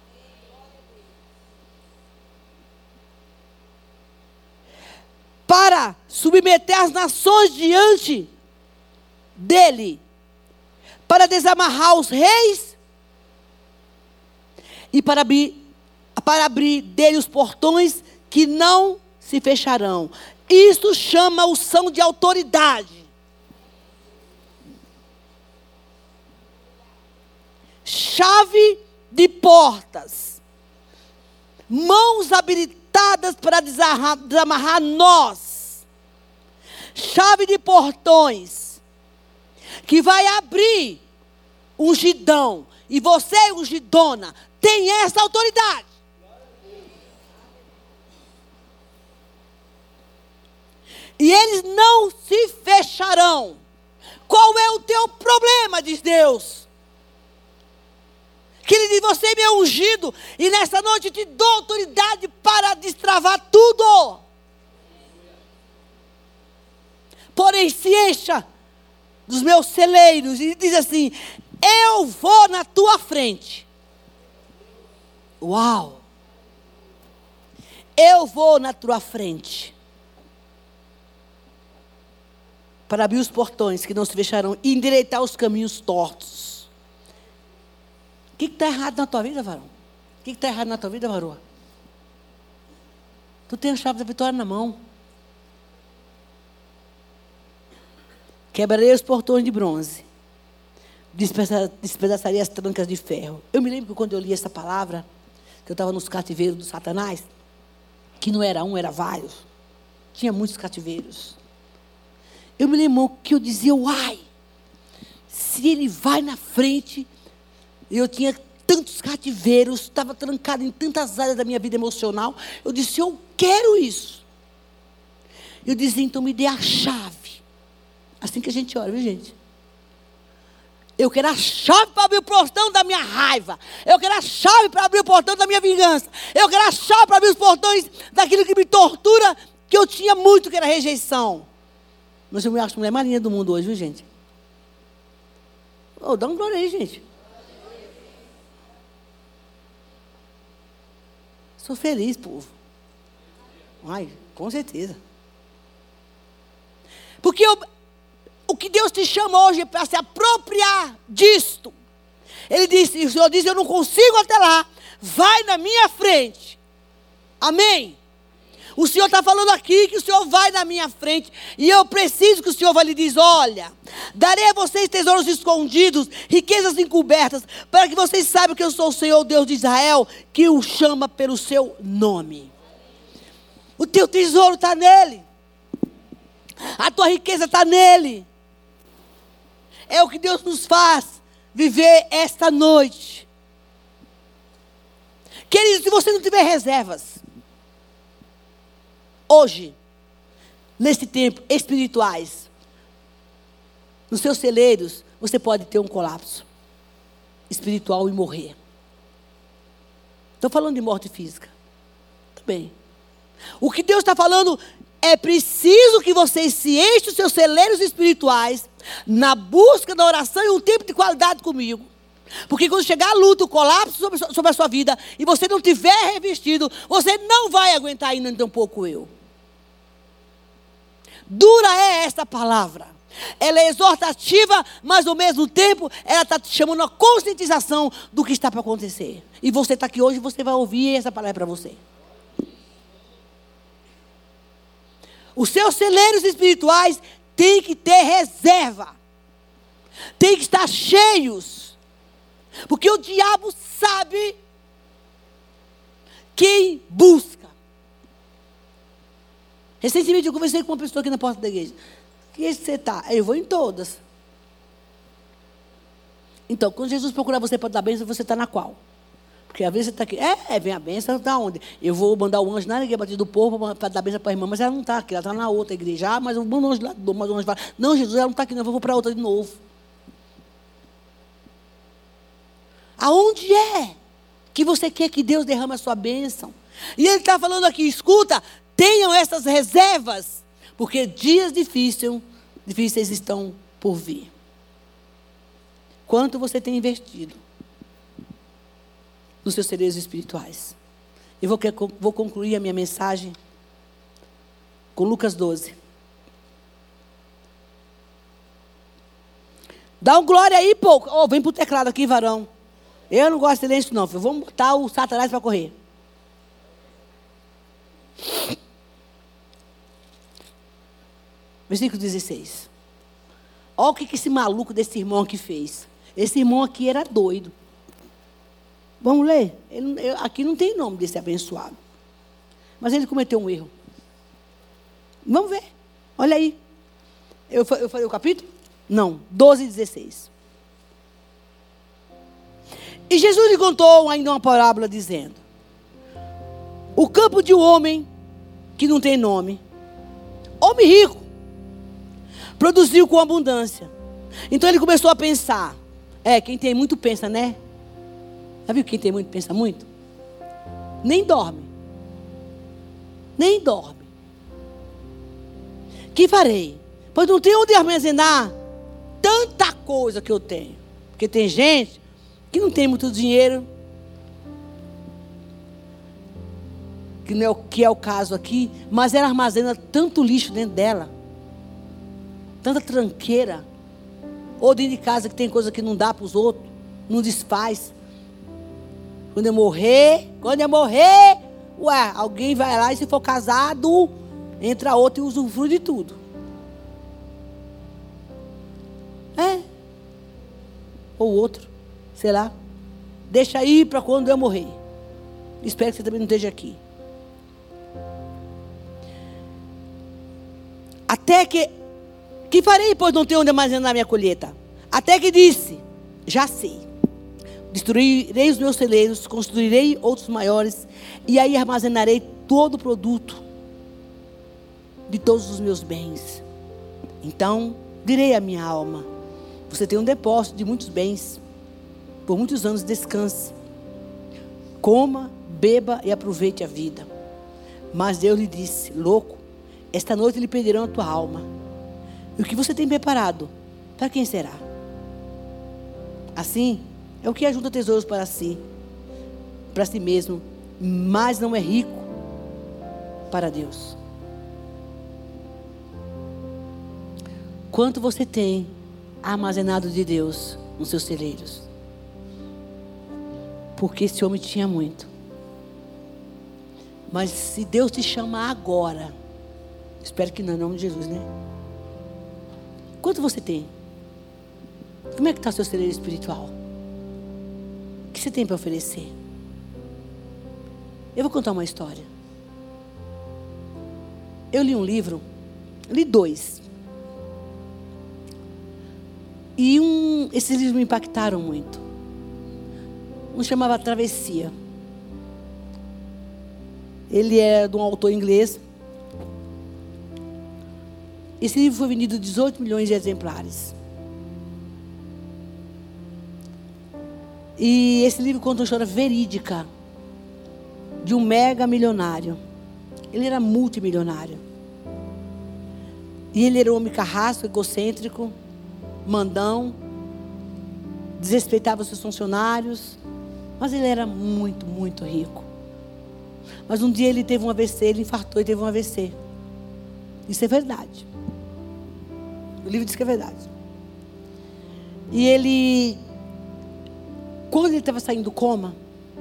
Para submeter as nações diante dele. Para desamarrar os reis. E para abrir dele os portões que não se fecharão. Isso chama unção de autoridade. Chave de portas. Mãos habilitadas para desamarrar nós. Chave de portões. Que vai abrir ungidão. E você, ungidona, tem essa autoridade. E eles não se fecharão. Qual é o teu problema, diz Deus? Que ele diz, você é meu ungido, e nessa noite te dou autoridade para destravar tudo. Porém, se encha dos meus celeiros, e diz assim, eu vou na tua frente. Uau! Eu vou na tua frente. Para abrir os portões que não se fecharão e endireitar os caminhos tortos. O que está errado na tua vida, varão? O que está errado na tua vida, varoa? Tu tem a chave da vitória na mão. Quebrarei os portões de bronze. Despedaçaria as trancas de ferro. Eu me lembro que quando eu li essa palavra, que eu estava nos cativeiros do Satanás, que não era um, era vários. Tinha muitos cativeiros. Eu me lembro que eu dizia, uai, se ele vai na frente, eu tinha tantos cativeiros, estava trancado em tantas áreas da minha vida emocional, eu disse, eu quero isso. Eu dizia, então me dê a chave. Assim que a gente ora, viu, gente? Eu quero a chave para abrir o portão da minha raiva. Eu quero a chave para abrir o portão da minha vingança. Eu quero a chave para abrir os portões daquilo que me tortura, que eu tinha muito, que era rejeição. Mas eu me acho a mulher mais linda do mundo hoje, viu, gente? Dá um glória aí, gente. Sou feliz, povo. Ai, com certeza. Porque o que Deus te chama hoje é para se apropriar disto. Ele disse, e o Senhor disse, eu não consigo até lá. Vai na minha frente. Amém? O Senhor está falando aqui que o Senhor vai na minha frente. E eu preciso que o Senhor vai lhe dizer, olha, darei a vocês tesouros escondidos, riquezas encobertas, para que vocês saibam que eu sou o Senhor, Deus de Israel, que o chama pelo seu nome. O teu tesouro está nele. A tua riqueza está nele. É o que Deus nos faz viver esta noite. Querido, se você não tiver reservas, hoje, nesse tempo, espirituais, nos seus celeiros, você pode ter um colapso espiritual e morrer. Estou falando de morte física. Também. O que Deus está falando é preciso que vocês se enchem os seus celeiros espirituais na busca da oração e um tempo de qualidade comigo. Porque quando chegar a luta, o colapso sobre a sua vida, e você não tiver revestido, você não vai aguentar ainda tão pouco eu. Dura é esta palavra. Ela é exortativa, mas ao mesmo tempo, ela está te chamando a conscientização do que está para acontecer. E você está aqui hoje, você vai ouvir essa palavra para você. Os seus celeiros espirituais têm que ter reserva. Tem que estar cheios. Porque o diabo sabe quem busca. Recentemente eu conversei com uma pessoa aqui na porta da igreja. Que igreja você está? Eu vou em todas. Então, quando Jesus procurar você para dar bênção, você está na qual? Porque às vezes você está aqui, vem a bênção, está onde? Eu vou mandar o anjo na igreja Batista do Povo para dar bênção para a irmã, mas ela não está aqui, ela está na outra igreja. Mas eu mando o anjo lá, mas o anjo fala, não, Jesus, ela não está aqui, não, eu vou para outra de novo. Aonde é que você quer que Deus derrame a sua bênção? E Ele está falando aqui, escuta, tenham essas reservas, porque dias difíceis estão por vir. Quanto você tem investido nos seus celeiros espirituais? Eu vou concluir a minha mensagem com Lucas 12. Dá um glória aí, pouco. Oh, vem para o teclado aqui, varão. Eu não gosto de silêncio, não. Vamos botar o Satanás para correr. Versículo 16. Olha o que esse maluco desse irmão aqui fez. Esse irmão aqui era doido. Vamos ler? Aqui não tem nome desse abençoado. Mas ele cometeu um erro. Vamos ver. Olha aí. Eu falei o capítulo? Não. 12 e 16. E Jesus lhe contou ainda uma parábola dizendo: o campo de um homem que não tem nome, homem rico, produziu com abundância. Então ele começou a pensar. Quem tem muito pensa, né? Já viu quem tem muito pensa muito? Nem dorme. Nem dorme. Que farei? Pois não tenho onde armazenar tanta coisa que eu tenho. Porque tem gente que não tem muito dinheiro, que é o caso aqui, mas ela armazena tanto lixo dentro dela, tanta tranqueira, ou dentro de casa que tem coisa que não dá para os outros, não desfaz. Quando eu morrer, alguém vai lá e se for casado, entra outro e usufrui de tudo. Ou outro, sei lá. Deixa aí para quando eu morrer. Espero que você também não esteja aqui. Até que farei, pois não tenho onde armazenar minha colheita? Até que disse, já sei. Destruirei os meus celeiros, construirei outros maiores, e aí armazenarei todo o produto de todos os meus bens. Então, direi à minha alma: você tem um depósito de muitos bens, por muitos anos descanse. Coma, beba e aproveite a vida. Mas Deus lhe disse: louco, esta noite lhe perderão a tua alma. E o que você tem preparado, para quem será? Assim, é o que ajunta tesouros para si mesmo, mas não é rico para Deus. Quanto você tem armazenado de Deus nos seus celeiros? Porque esse homem tinha muito. Mas se Deus te chamar agora, espero que não, em nome de Jesus, né? Quanto você tem? Como é que está o seu celeiro espiritual? O que você tem para oferecer? Eu vou contar uma história. Eu li um livro, li 2. E esses livros me impactaram muito. Um chamava Travessia. Ele é de um autor inglês. Esse livro foi vendido 18 milhões de exemplares. E esse livro conta uma história verídica de um mega milionário. Ele era multimilionário. E ele era um homem carrasco, egocêntrico, mandão, desrespeitava seus funcionários, mas ele era muito, muito rico. Mas um dia ele teve um AVC, ele infartou e teve um AVC. Isso é verdade. O livro diz que é verdade. E ele, quando ele estava saindo do coma,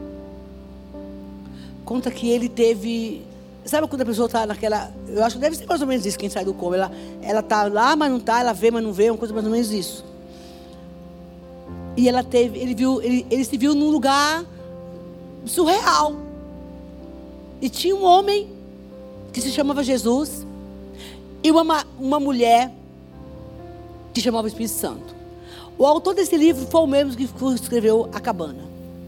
conta que ele teve... Sabe quando a pessoa está naquela... Eu acho que deve ser mais ou menos isso, quem sai do coma. Ela está lá, mas não está, ela vê, mas não vê, uma coisa mais ou menos isso. E ela teve... Ele se viu num lugar surreal. E tinha um homem que se chamava Jesus e uma mulher que chamava Espírito Santo. O autor desse livro foi o mesmo que escreveu A Cabana.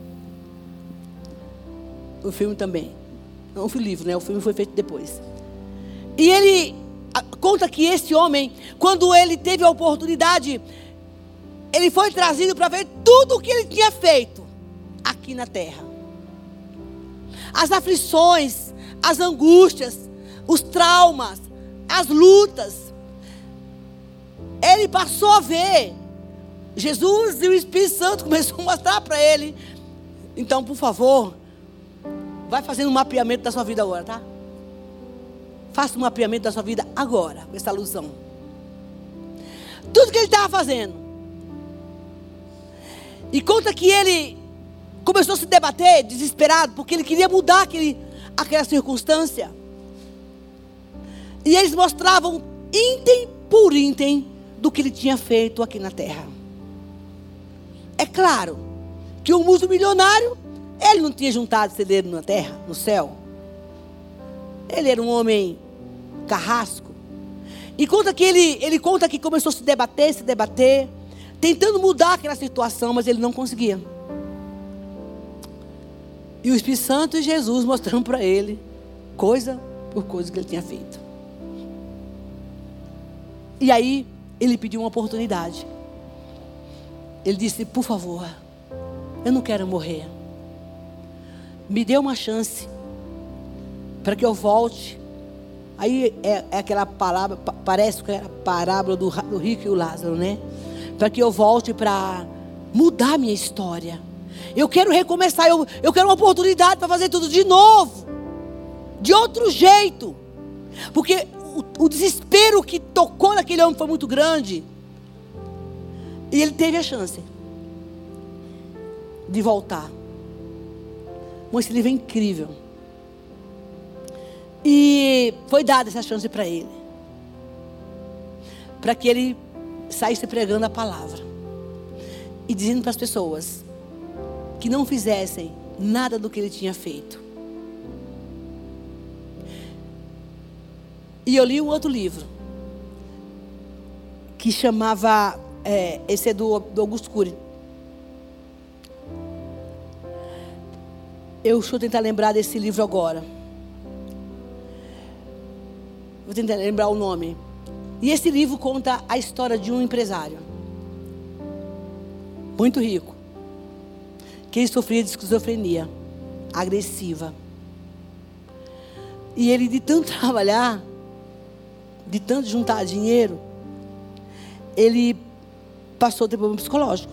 O filme também. Não foi o livro, né? O filme foi feito depois. E ele conta que esse homem, quando ele teve a oportunidade, ele foi trazido para ver tudo o que ele tinha feito aqui na terra. As aflições, as angústias, os traumas, as lutas. Ele passou a ver. Jesus e o Espírito Santo começou a mostrar para ele. Então, por favor, vai fazendo um mapeamento da sua vida agora, tá? Faça um mapeamento da sua vida agora, com essa alusão. Tudo que ele estava fazendo. E conta que ele começou a se debater, desesperado, porque ele queria mudar aquela circunstância. E eles mostravam item por item do que ele tinha feito aqui na terra. É claro que um multimilionário, ele não tinha juntado celeiro na terra, no céu. Ele era um homem carrasco. E conta que ele conta que começou a se debater, tentando mudar aquela situação, mas ele não conseguia. E o Espírito Santo e Jesus mostrando para ele, coisa por coisa que ele tinha feito. E aí, ele pediu uma oportunidade. Ele disse, por favor, eu não quero morrer. Me dê uma chance para que eu volte. Aí é aquela palavra, parece que é a parábola do rico e o Lázaro, né? Para que eu volte para mudar minha história. Eu quero recomeçar, eu quero uma oportunidade para fazer tudo de novo. De outro jeito. Porque o desespero que tocou naquele homem foi muito grande. E ele teve a chance de voltar. Esse livro é incrível. E foi dada essa chance para ele. Para que ele saísse pregando a palavra. E dizendo para as pessoas que não fizessem nada do que ele tinha feito. E eu li um outro livro. Que chamava... esse é do Augusto Cury. Deixa eu tentar lembrar desse livro agora. Vou tentar lembrar o nome. E esse livro conta a história de um empresário. Muito rico. Que ele sofria de esquizofrenia. Agressiva. E ele, de tanto trabalhar, de tanto juntar dinheiro, ele passou a ter problema psicológico.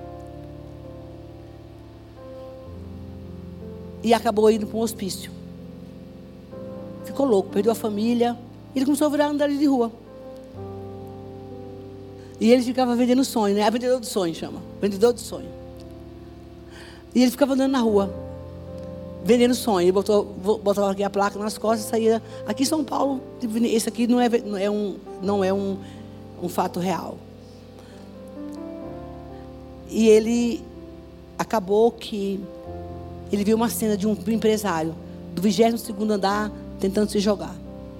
E acabou indo para um hospício. Ficou louco, perdeu a família. E ele começou a virar andarilho de rua. E ele ficava vendendo sonho, né? Vendedor de sonho chama. Vendedor de sonho. E ele ficava andando na rua, vendendo sonho. Ele botava aqui a placa nas costas e saía. Aqui em São Paulo, esse aqui não é um fato real. E ele acabou que ele viu uma cena de um empresário do 22º andar tentando se jogar.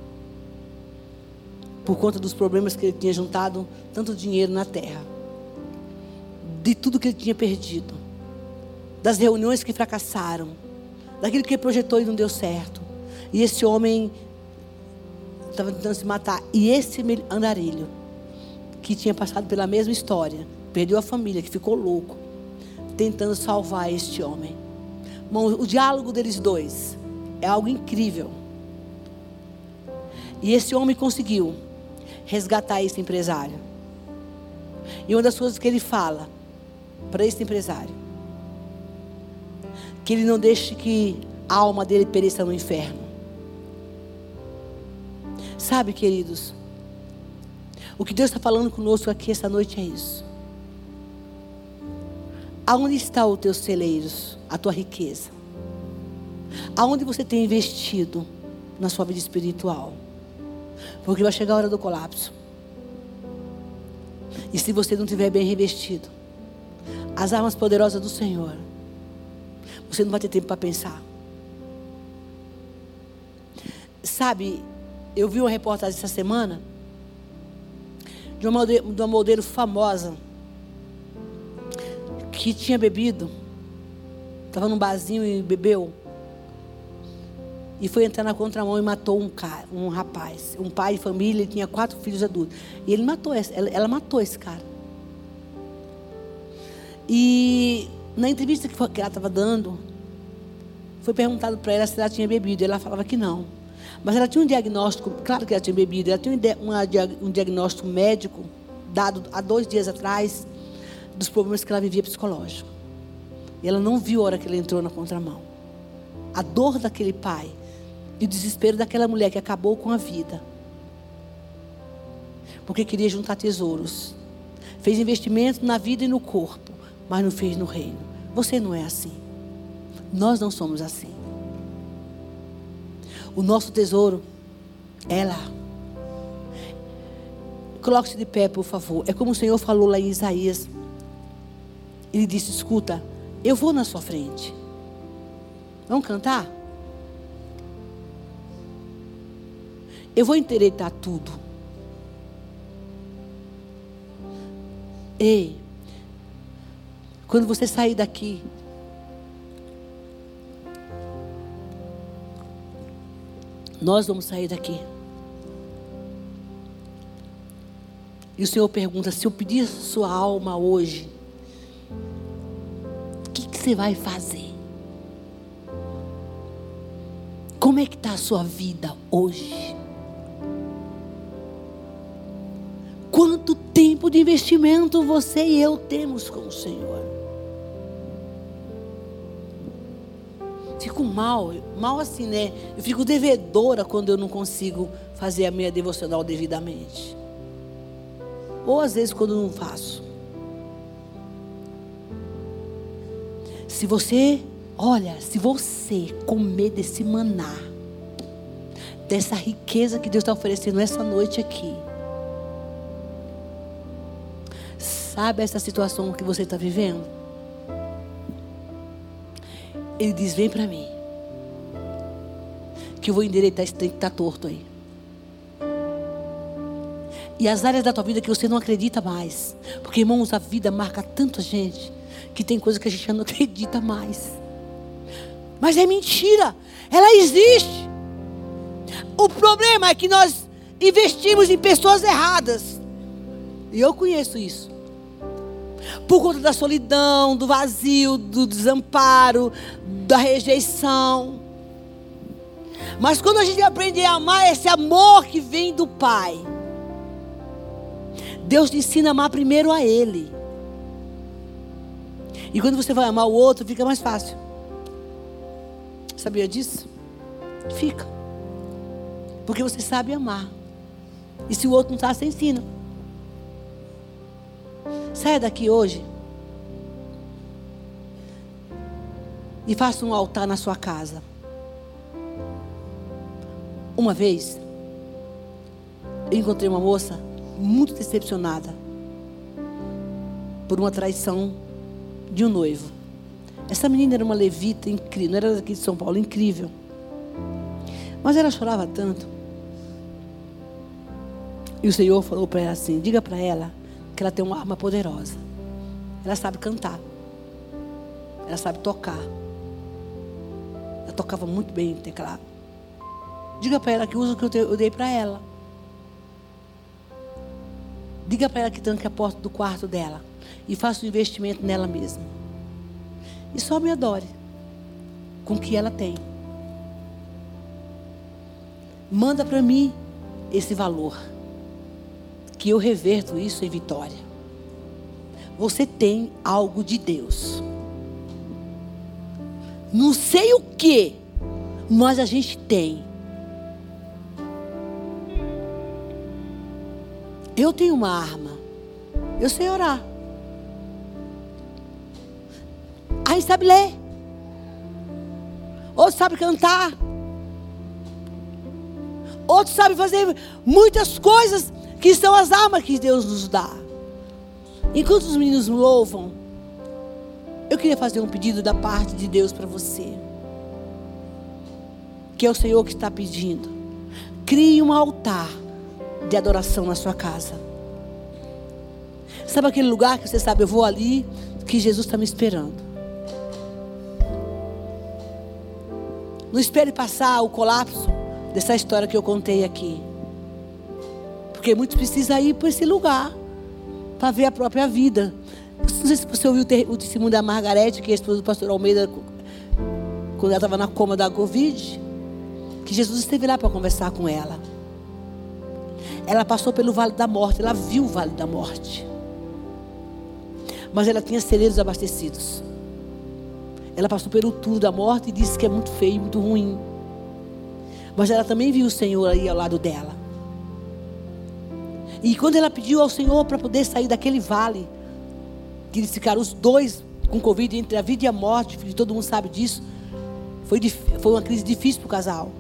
Por conta dos problemas que ele tinha juntado tanto dinheiro na terra. De tudo que ele tinha perdido. Das reuniões que fracassaram. Daquilo que ele projetou e não deu certo. E esse homem estava tentando se matar. E esse andarilho, que tinha passado pela mesma história, perdeu a família, que ficou louco, tentando salvar este homem. O diálogo deles dois é algo incrível. E esse homem conseguiu resgatar esse empresário. E uma das coisas que ele fala para esse empresário, que ele não deixe que a alma dele pereça no inferno. Sabe, queridos, o que Deus está falando conosco aqui essa noite é isso. Aonde estão os teus celeiros, a tua riqueza? Aonde você tem investido na sua vida espiritual? Porque vai chegar a hora do colapso. E se você não estiver bem revestido, as armas poderosas do Senhor, você não vai ter tempo para pensar. Sabe, eu vi uma reportagem essa semana de uma modelo famosa que tinha bebido, estava num barzinho e bebeu, e foi entrar na contramão e matou um rapaz, um pai de família. Ele tinha 4 filhos adultos, e ele matou ela matou esse cara. E na entrevista que ela estava dando, foi perguntado para ela se ela tinha bebido. Ela falava que não, mas ela tinha um diagnóstico, claro que ela tinha bebido. Ela tinha um diagnóstico médico dado há 2 dias atrás dos problemas que ela vivia psicológico. E ela não viu a hora que ele entrou na contramão. A dor daquele pai e o desespero daquela mulher que acabou com a vida, porque queria juntar tesouros. Fez investimento na vida e no corpo, mas não fez no reino. Você não é assim. Nós não somos assim. O nosso tesouro é lá. Coloque-se de pé, por favor. É como o Senhor falou lá em Isaías. Ele disse: escuta, eu vou na sua frente. Vamos cantar? Eu vou endireitar tudo. Ei, quando você sair daqui, nós vamos sair daqui. E o Senhor pergunta: se eu pedir sua alma hoje, o que você vai fazer? Como é que está a sua vida hoje? Quanto tempo de investimento você e eu temos com o Senhor? Fico mal assim, né? Eu fico devedora quando eu não consigo fazer a minha devocional devidamente. Ou às vezes quando não faço. Se você comer desse maná, dessa riqueza que Deus está oferecendo essa noite aqui, sabe essa situação que você está vivendo? Ele diz: vem para mim, que eu vou endireitar esse trem que está torto aí. E as áreas da tua vida que você não acredita mais. Porque, irmãos, a vida marca tanta gente que tem coisa que a gente já não acredita mais. Mas é mentira, ela existe. O problema é que nós investimos em pessoas erradas. E eu conheço isso. Por conta da solidão, do vazio, do desamparo, da rejeição. Mas quando a gente aprende a amar, esse amor que vem do Pai, Deus te ensina a amar primeiro a Ele. E quando você vai amar o outro, fica mais fácil. Sabia disso? Fica. Porque você sabe amar. E se o outro não está, você ensina. Saia daqui hoje e faça um altar na sua casa. Uma vez, eu encontrei uma moça muito decepcionada por uma traição de um noivo. Essa menina era uma levita incrível, não era daqui de São Paulo, incrível. Mas ela chorava tanto. E o Senhor falou para ela assim: diga para ela que ela tem uma arma poderosa. Ela sabe cantar. Ela sabe tocar. Ela tocava muito bem no teclado. Diga para ela que usa o que eu dei para ela. Diga para ela que tranque a porta do quarto dela e faça um investimento nela mesma. E só me adore com o que ela tem. Manda para mim esse valor, que eu reverto isso em vitória. Você tem algo de Deus. Não sei o que, mas a gente tem. Eu tenho uma arma. Eu sei orar. Aí sabe ler. Outro sabe cantar. Outro sabe fazer muitas coisas que são as armas que Deus nos dá. Enquanto os meninos louvam, eu queria fazer um pedido da parte de Deus para você. Que é o Senhor que está pedindo. Crie um altar de adoração na sua casa. Sabe aquele lugar que você sabe, eu vou ali, que Jesus está me esperando. Não espere passar o colapso dessa história que eu contei aqui. Porque muitos precisam ir para esse lugar para ver a própria vida. Não sei se você ouviu o testemunho da Margarete, que é a esposa do pastor Almeida, quando ela estava na coma da Covid, que Jesus esteve lá para conversar com ela. Ela passou pelo vale da morte, ela viu o vale da morte. Mas ela tinha celeiros abastecidos. Ela passou pelo túnel da morte e disse que é muito feio, muito ruim. Mas ela também viu o Senhor aí ao lado dela. E quando ela pediu ao Senhor para poder sair daquele vale, que eles ficaram os dois com Covid, entre a vida e a morte, todo mundo sabe disso, foi uma crise difícil para o casal.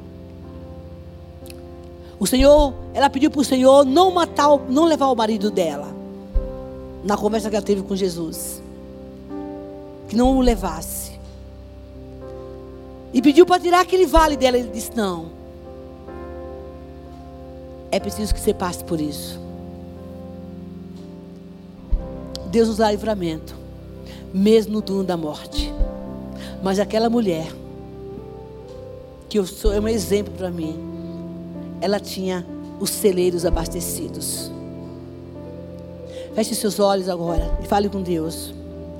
Ela pediu para o Senhor não levar o marido dela, na conversa que ela teve com Jesus, que não o levasse. E pediu para tirar aquele vale dela. Ele disse: não, é preciso que você passe por isso. Deus nos dá livramento, mesmo no túnel da morte. Mas aquela mulher, que é um exemplo para mim, ela tinha os celeiros abastecidos. Feche seus olhos agora e fale com Deus.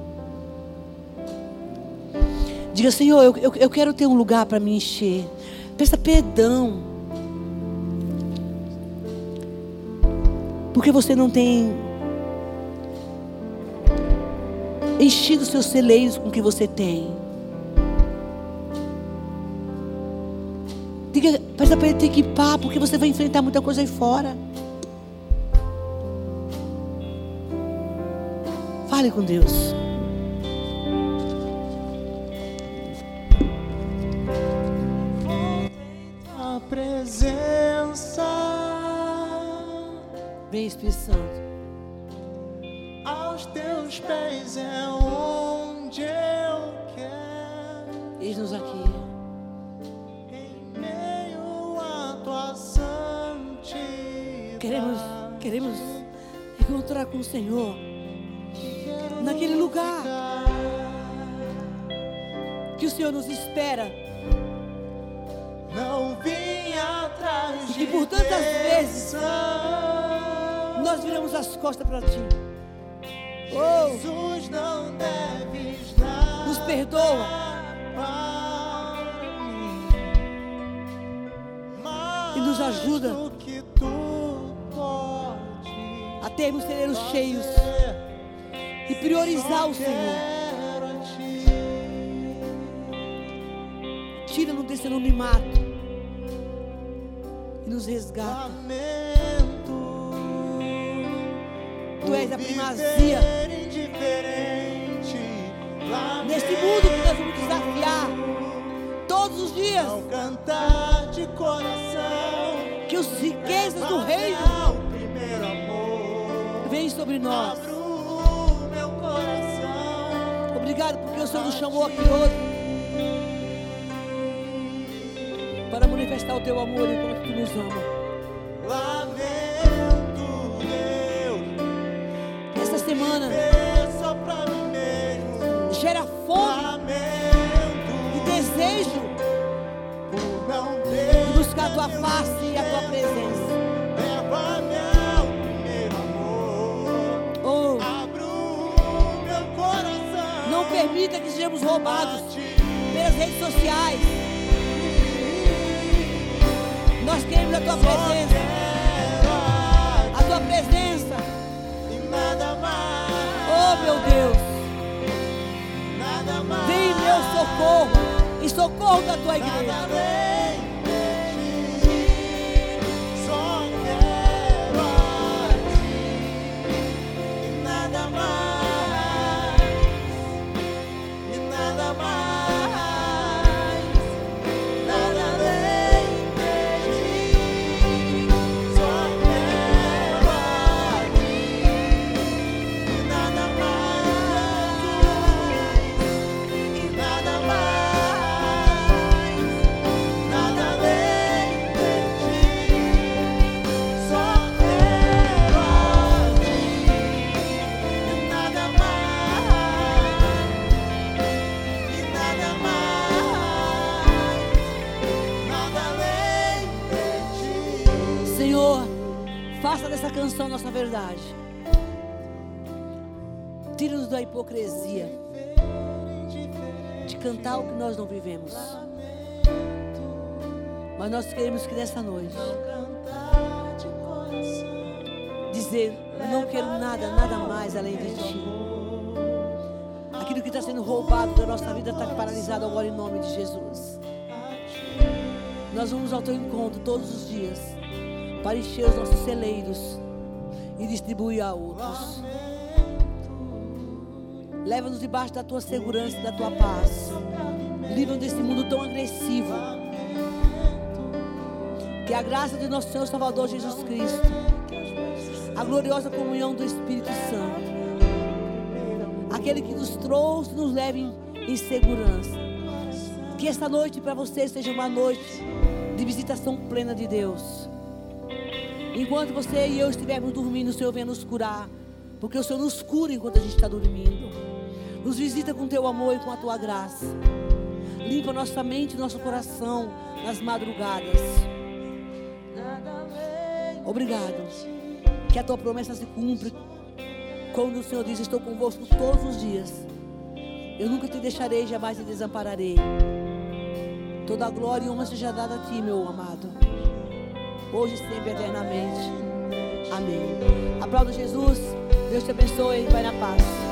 Diga: Senhor, eu quero ter um lugar para me encher. Peça perdão, porque você não tem enchido os seus celeiros com o que você tem. Diga, peça para Ele te equipar, porque você vai enfrentar muita coisa aí fora. Fale com Deus. A presença. Vem, Espírito Santo. Aos teus pés é onde eu quero. Eis-nos aqui. Em meio à tua santidade. Queremos encontrar com o Senhor naquele lugar que o Senhor nos espera. Não vim atrás E que de por tantas vezes bênção. nós viramos as costas para Ti. Jesus, não deves dar. Nos perdoa. E nos ajuda que tu pode a termos celeiros cheios e priorizar o Senhor. Tira-nos desse anonimato e nos resgata. Tu és a primazia neste mundo que nós vamos desafiar sobre nós. Abro o meu coração. Obrigado porque o Senhor nos chamou aqui hoje para manifestar o teu amor enquanto tu nos ama. Lamento, Deus, Esta semana só pra mim mesmo. gera fome Lamento e desejo por não de ter buscar a tua face e a tua presença. leva-me ao primeiro amor. Oh, Abro o meu coração. não permita que sejamos roubados pelas redes sociais. Nós queremos a tua presença. A tua presença. E nada mais. Oh, meu Deus. Nada mais. Vem em meu socorro. Em socorro da tua Nada igreja. além de ti. Só quero a ti. E nada mais. E nada mais. Nada além de ti. Só quero a ti. E nada mais. E nada mais. Nada além de ti. Só quero a ti. E nada mais. E nada mais. Nada além de ti. Senhor, faça dessa canção nossa verdade. Tira-nos da hipocrisia de cantar o que nós não vivemos. Mas nós queremos que nessa noite Cantar de coração. dizer: não quero nada, nada mais além de ti. Aquilo que está sendo roubado da nossa vida está paralisado agora em nome de Jesus. Nós vamos ao teu encontro todos os dias para encher os nossos celeiros e distribuir a outros. Leva-nos debaixo da tua segurança e da tua paz. Livra-nos desse mundo tão agressivo. Que a graça de nosso Senhor Salvador Jesus Cristo, a gloriosa comunhão do Espírito Santo, aquele que nos trouxe, nos leve em segurança. Que esta noite para você seja uma noite de visitação plena de Deus. Enquanto você e eu estivermos dormindo, o Senhor venha nos curar, porque o Senhor nos cura enquanto a gente está dormindo. Nos visita com teu amor e com a tua graça. Limpa nossa mente e nosso coração nas madrugadas. Obrigado. Que a tua promessa se cumpra quando o Senhor diz: estou convosco todos os dias. Eu nunca te deixarei, jamais te desampararei. Toda a glória e honra seja dada a ti, meu amado, hoje e sempre, eternamente. Amém. Aplauda Jesus. Deus te abençoe. Vai na paz.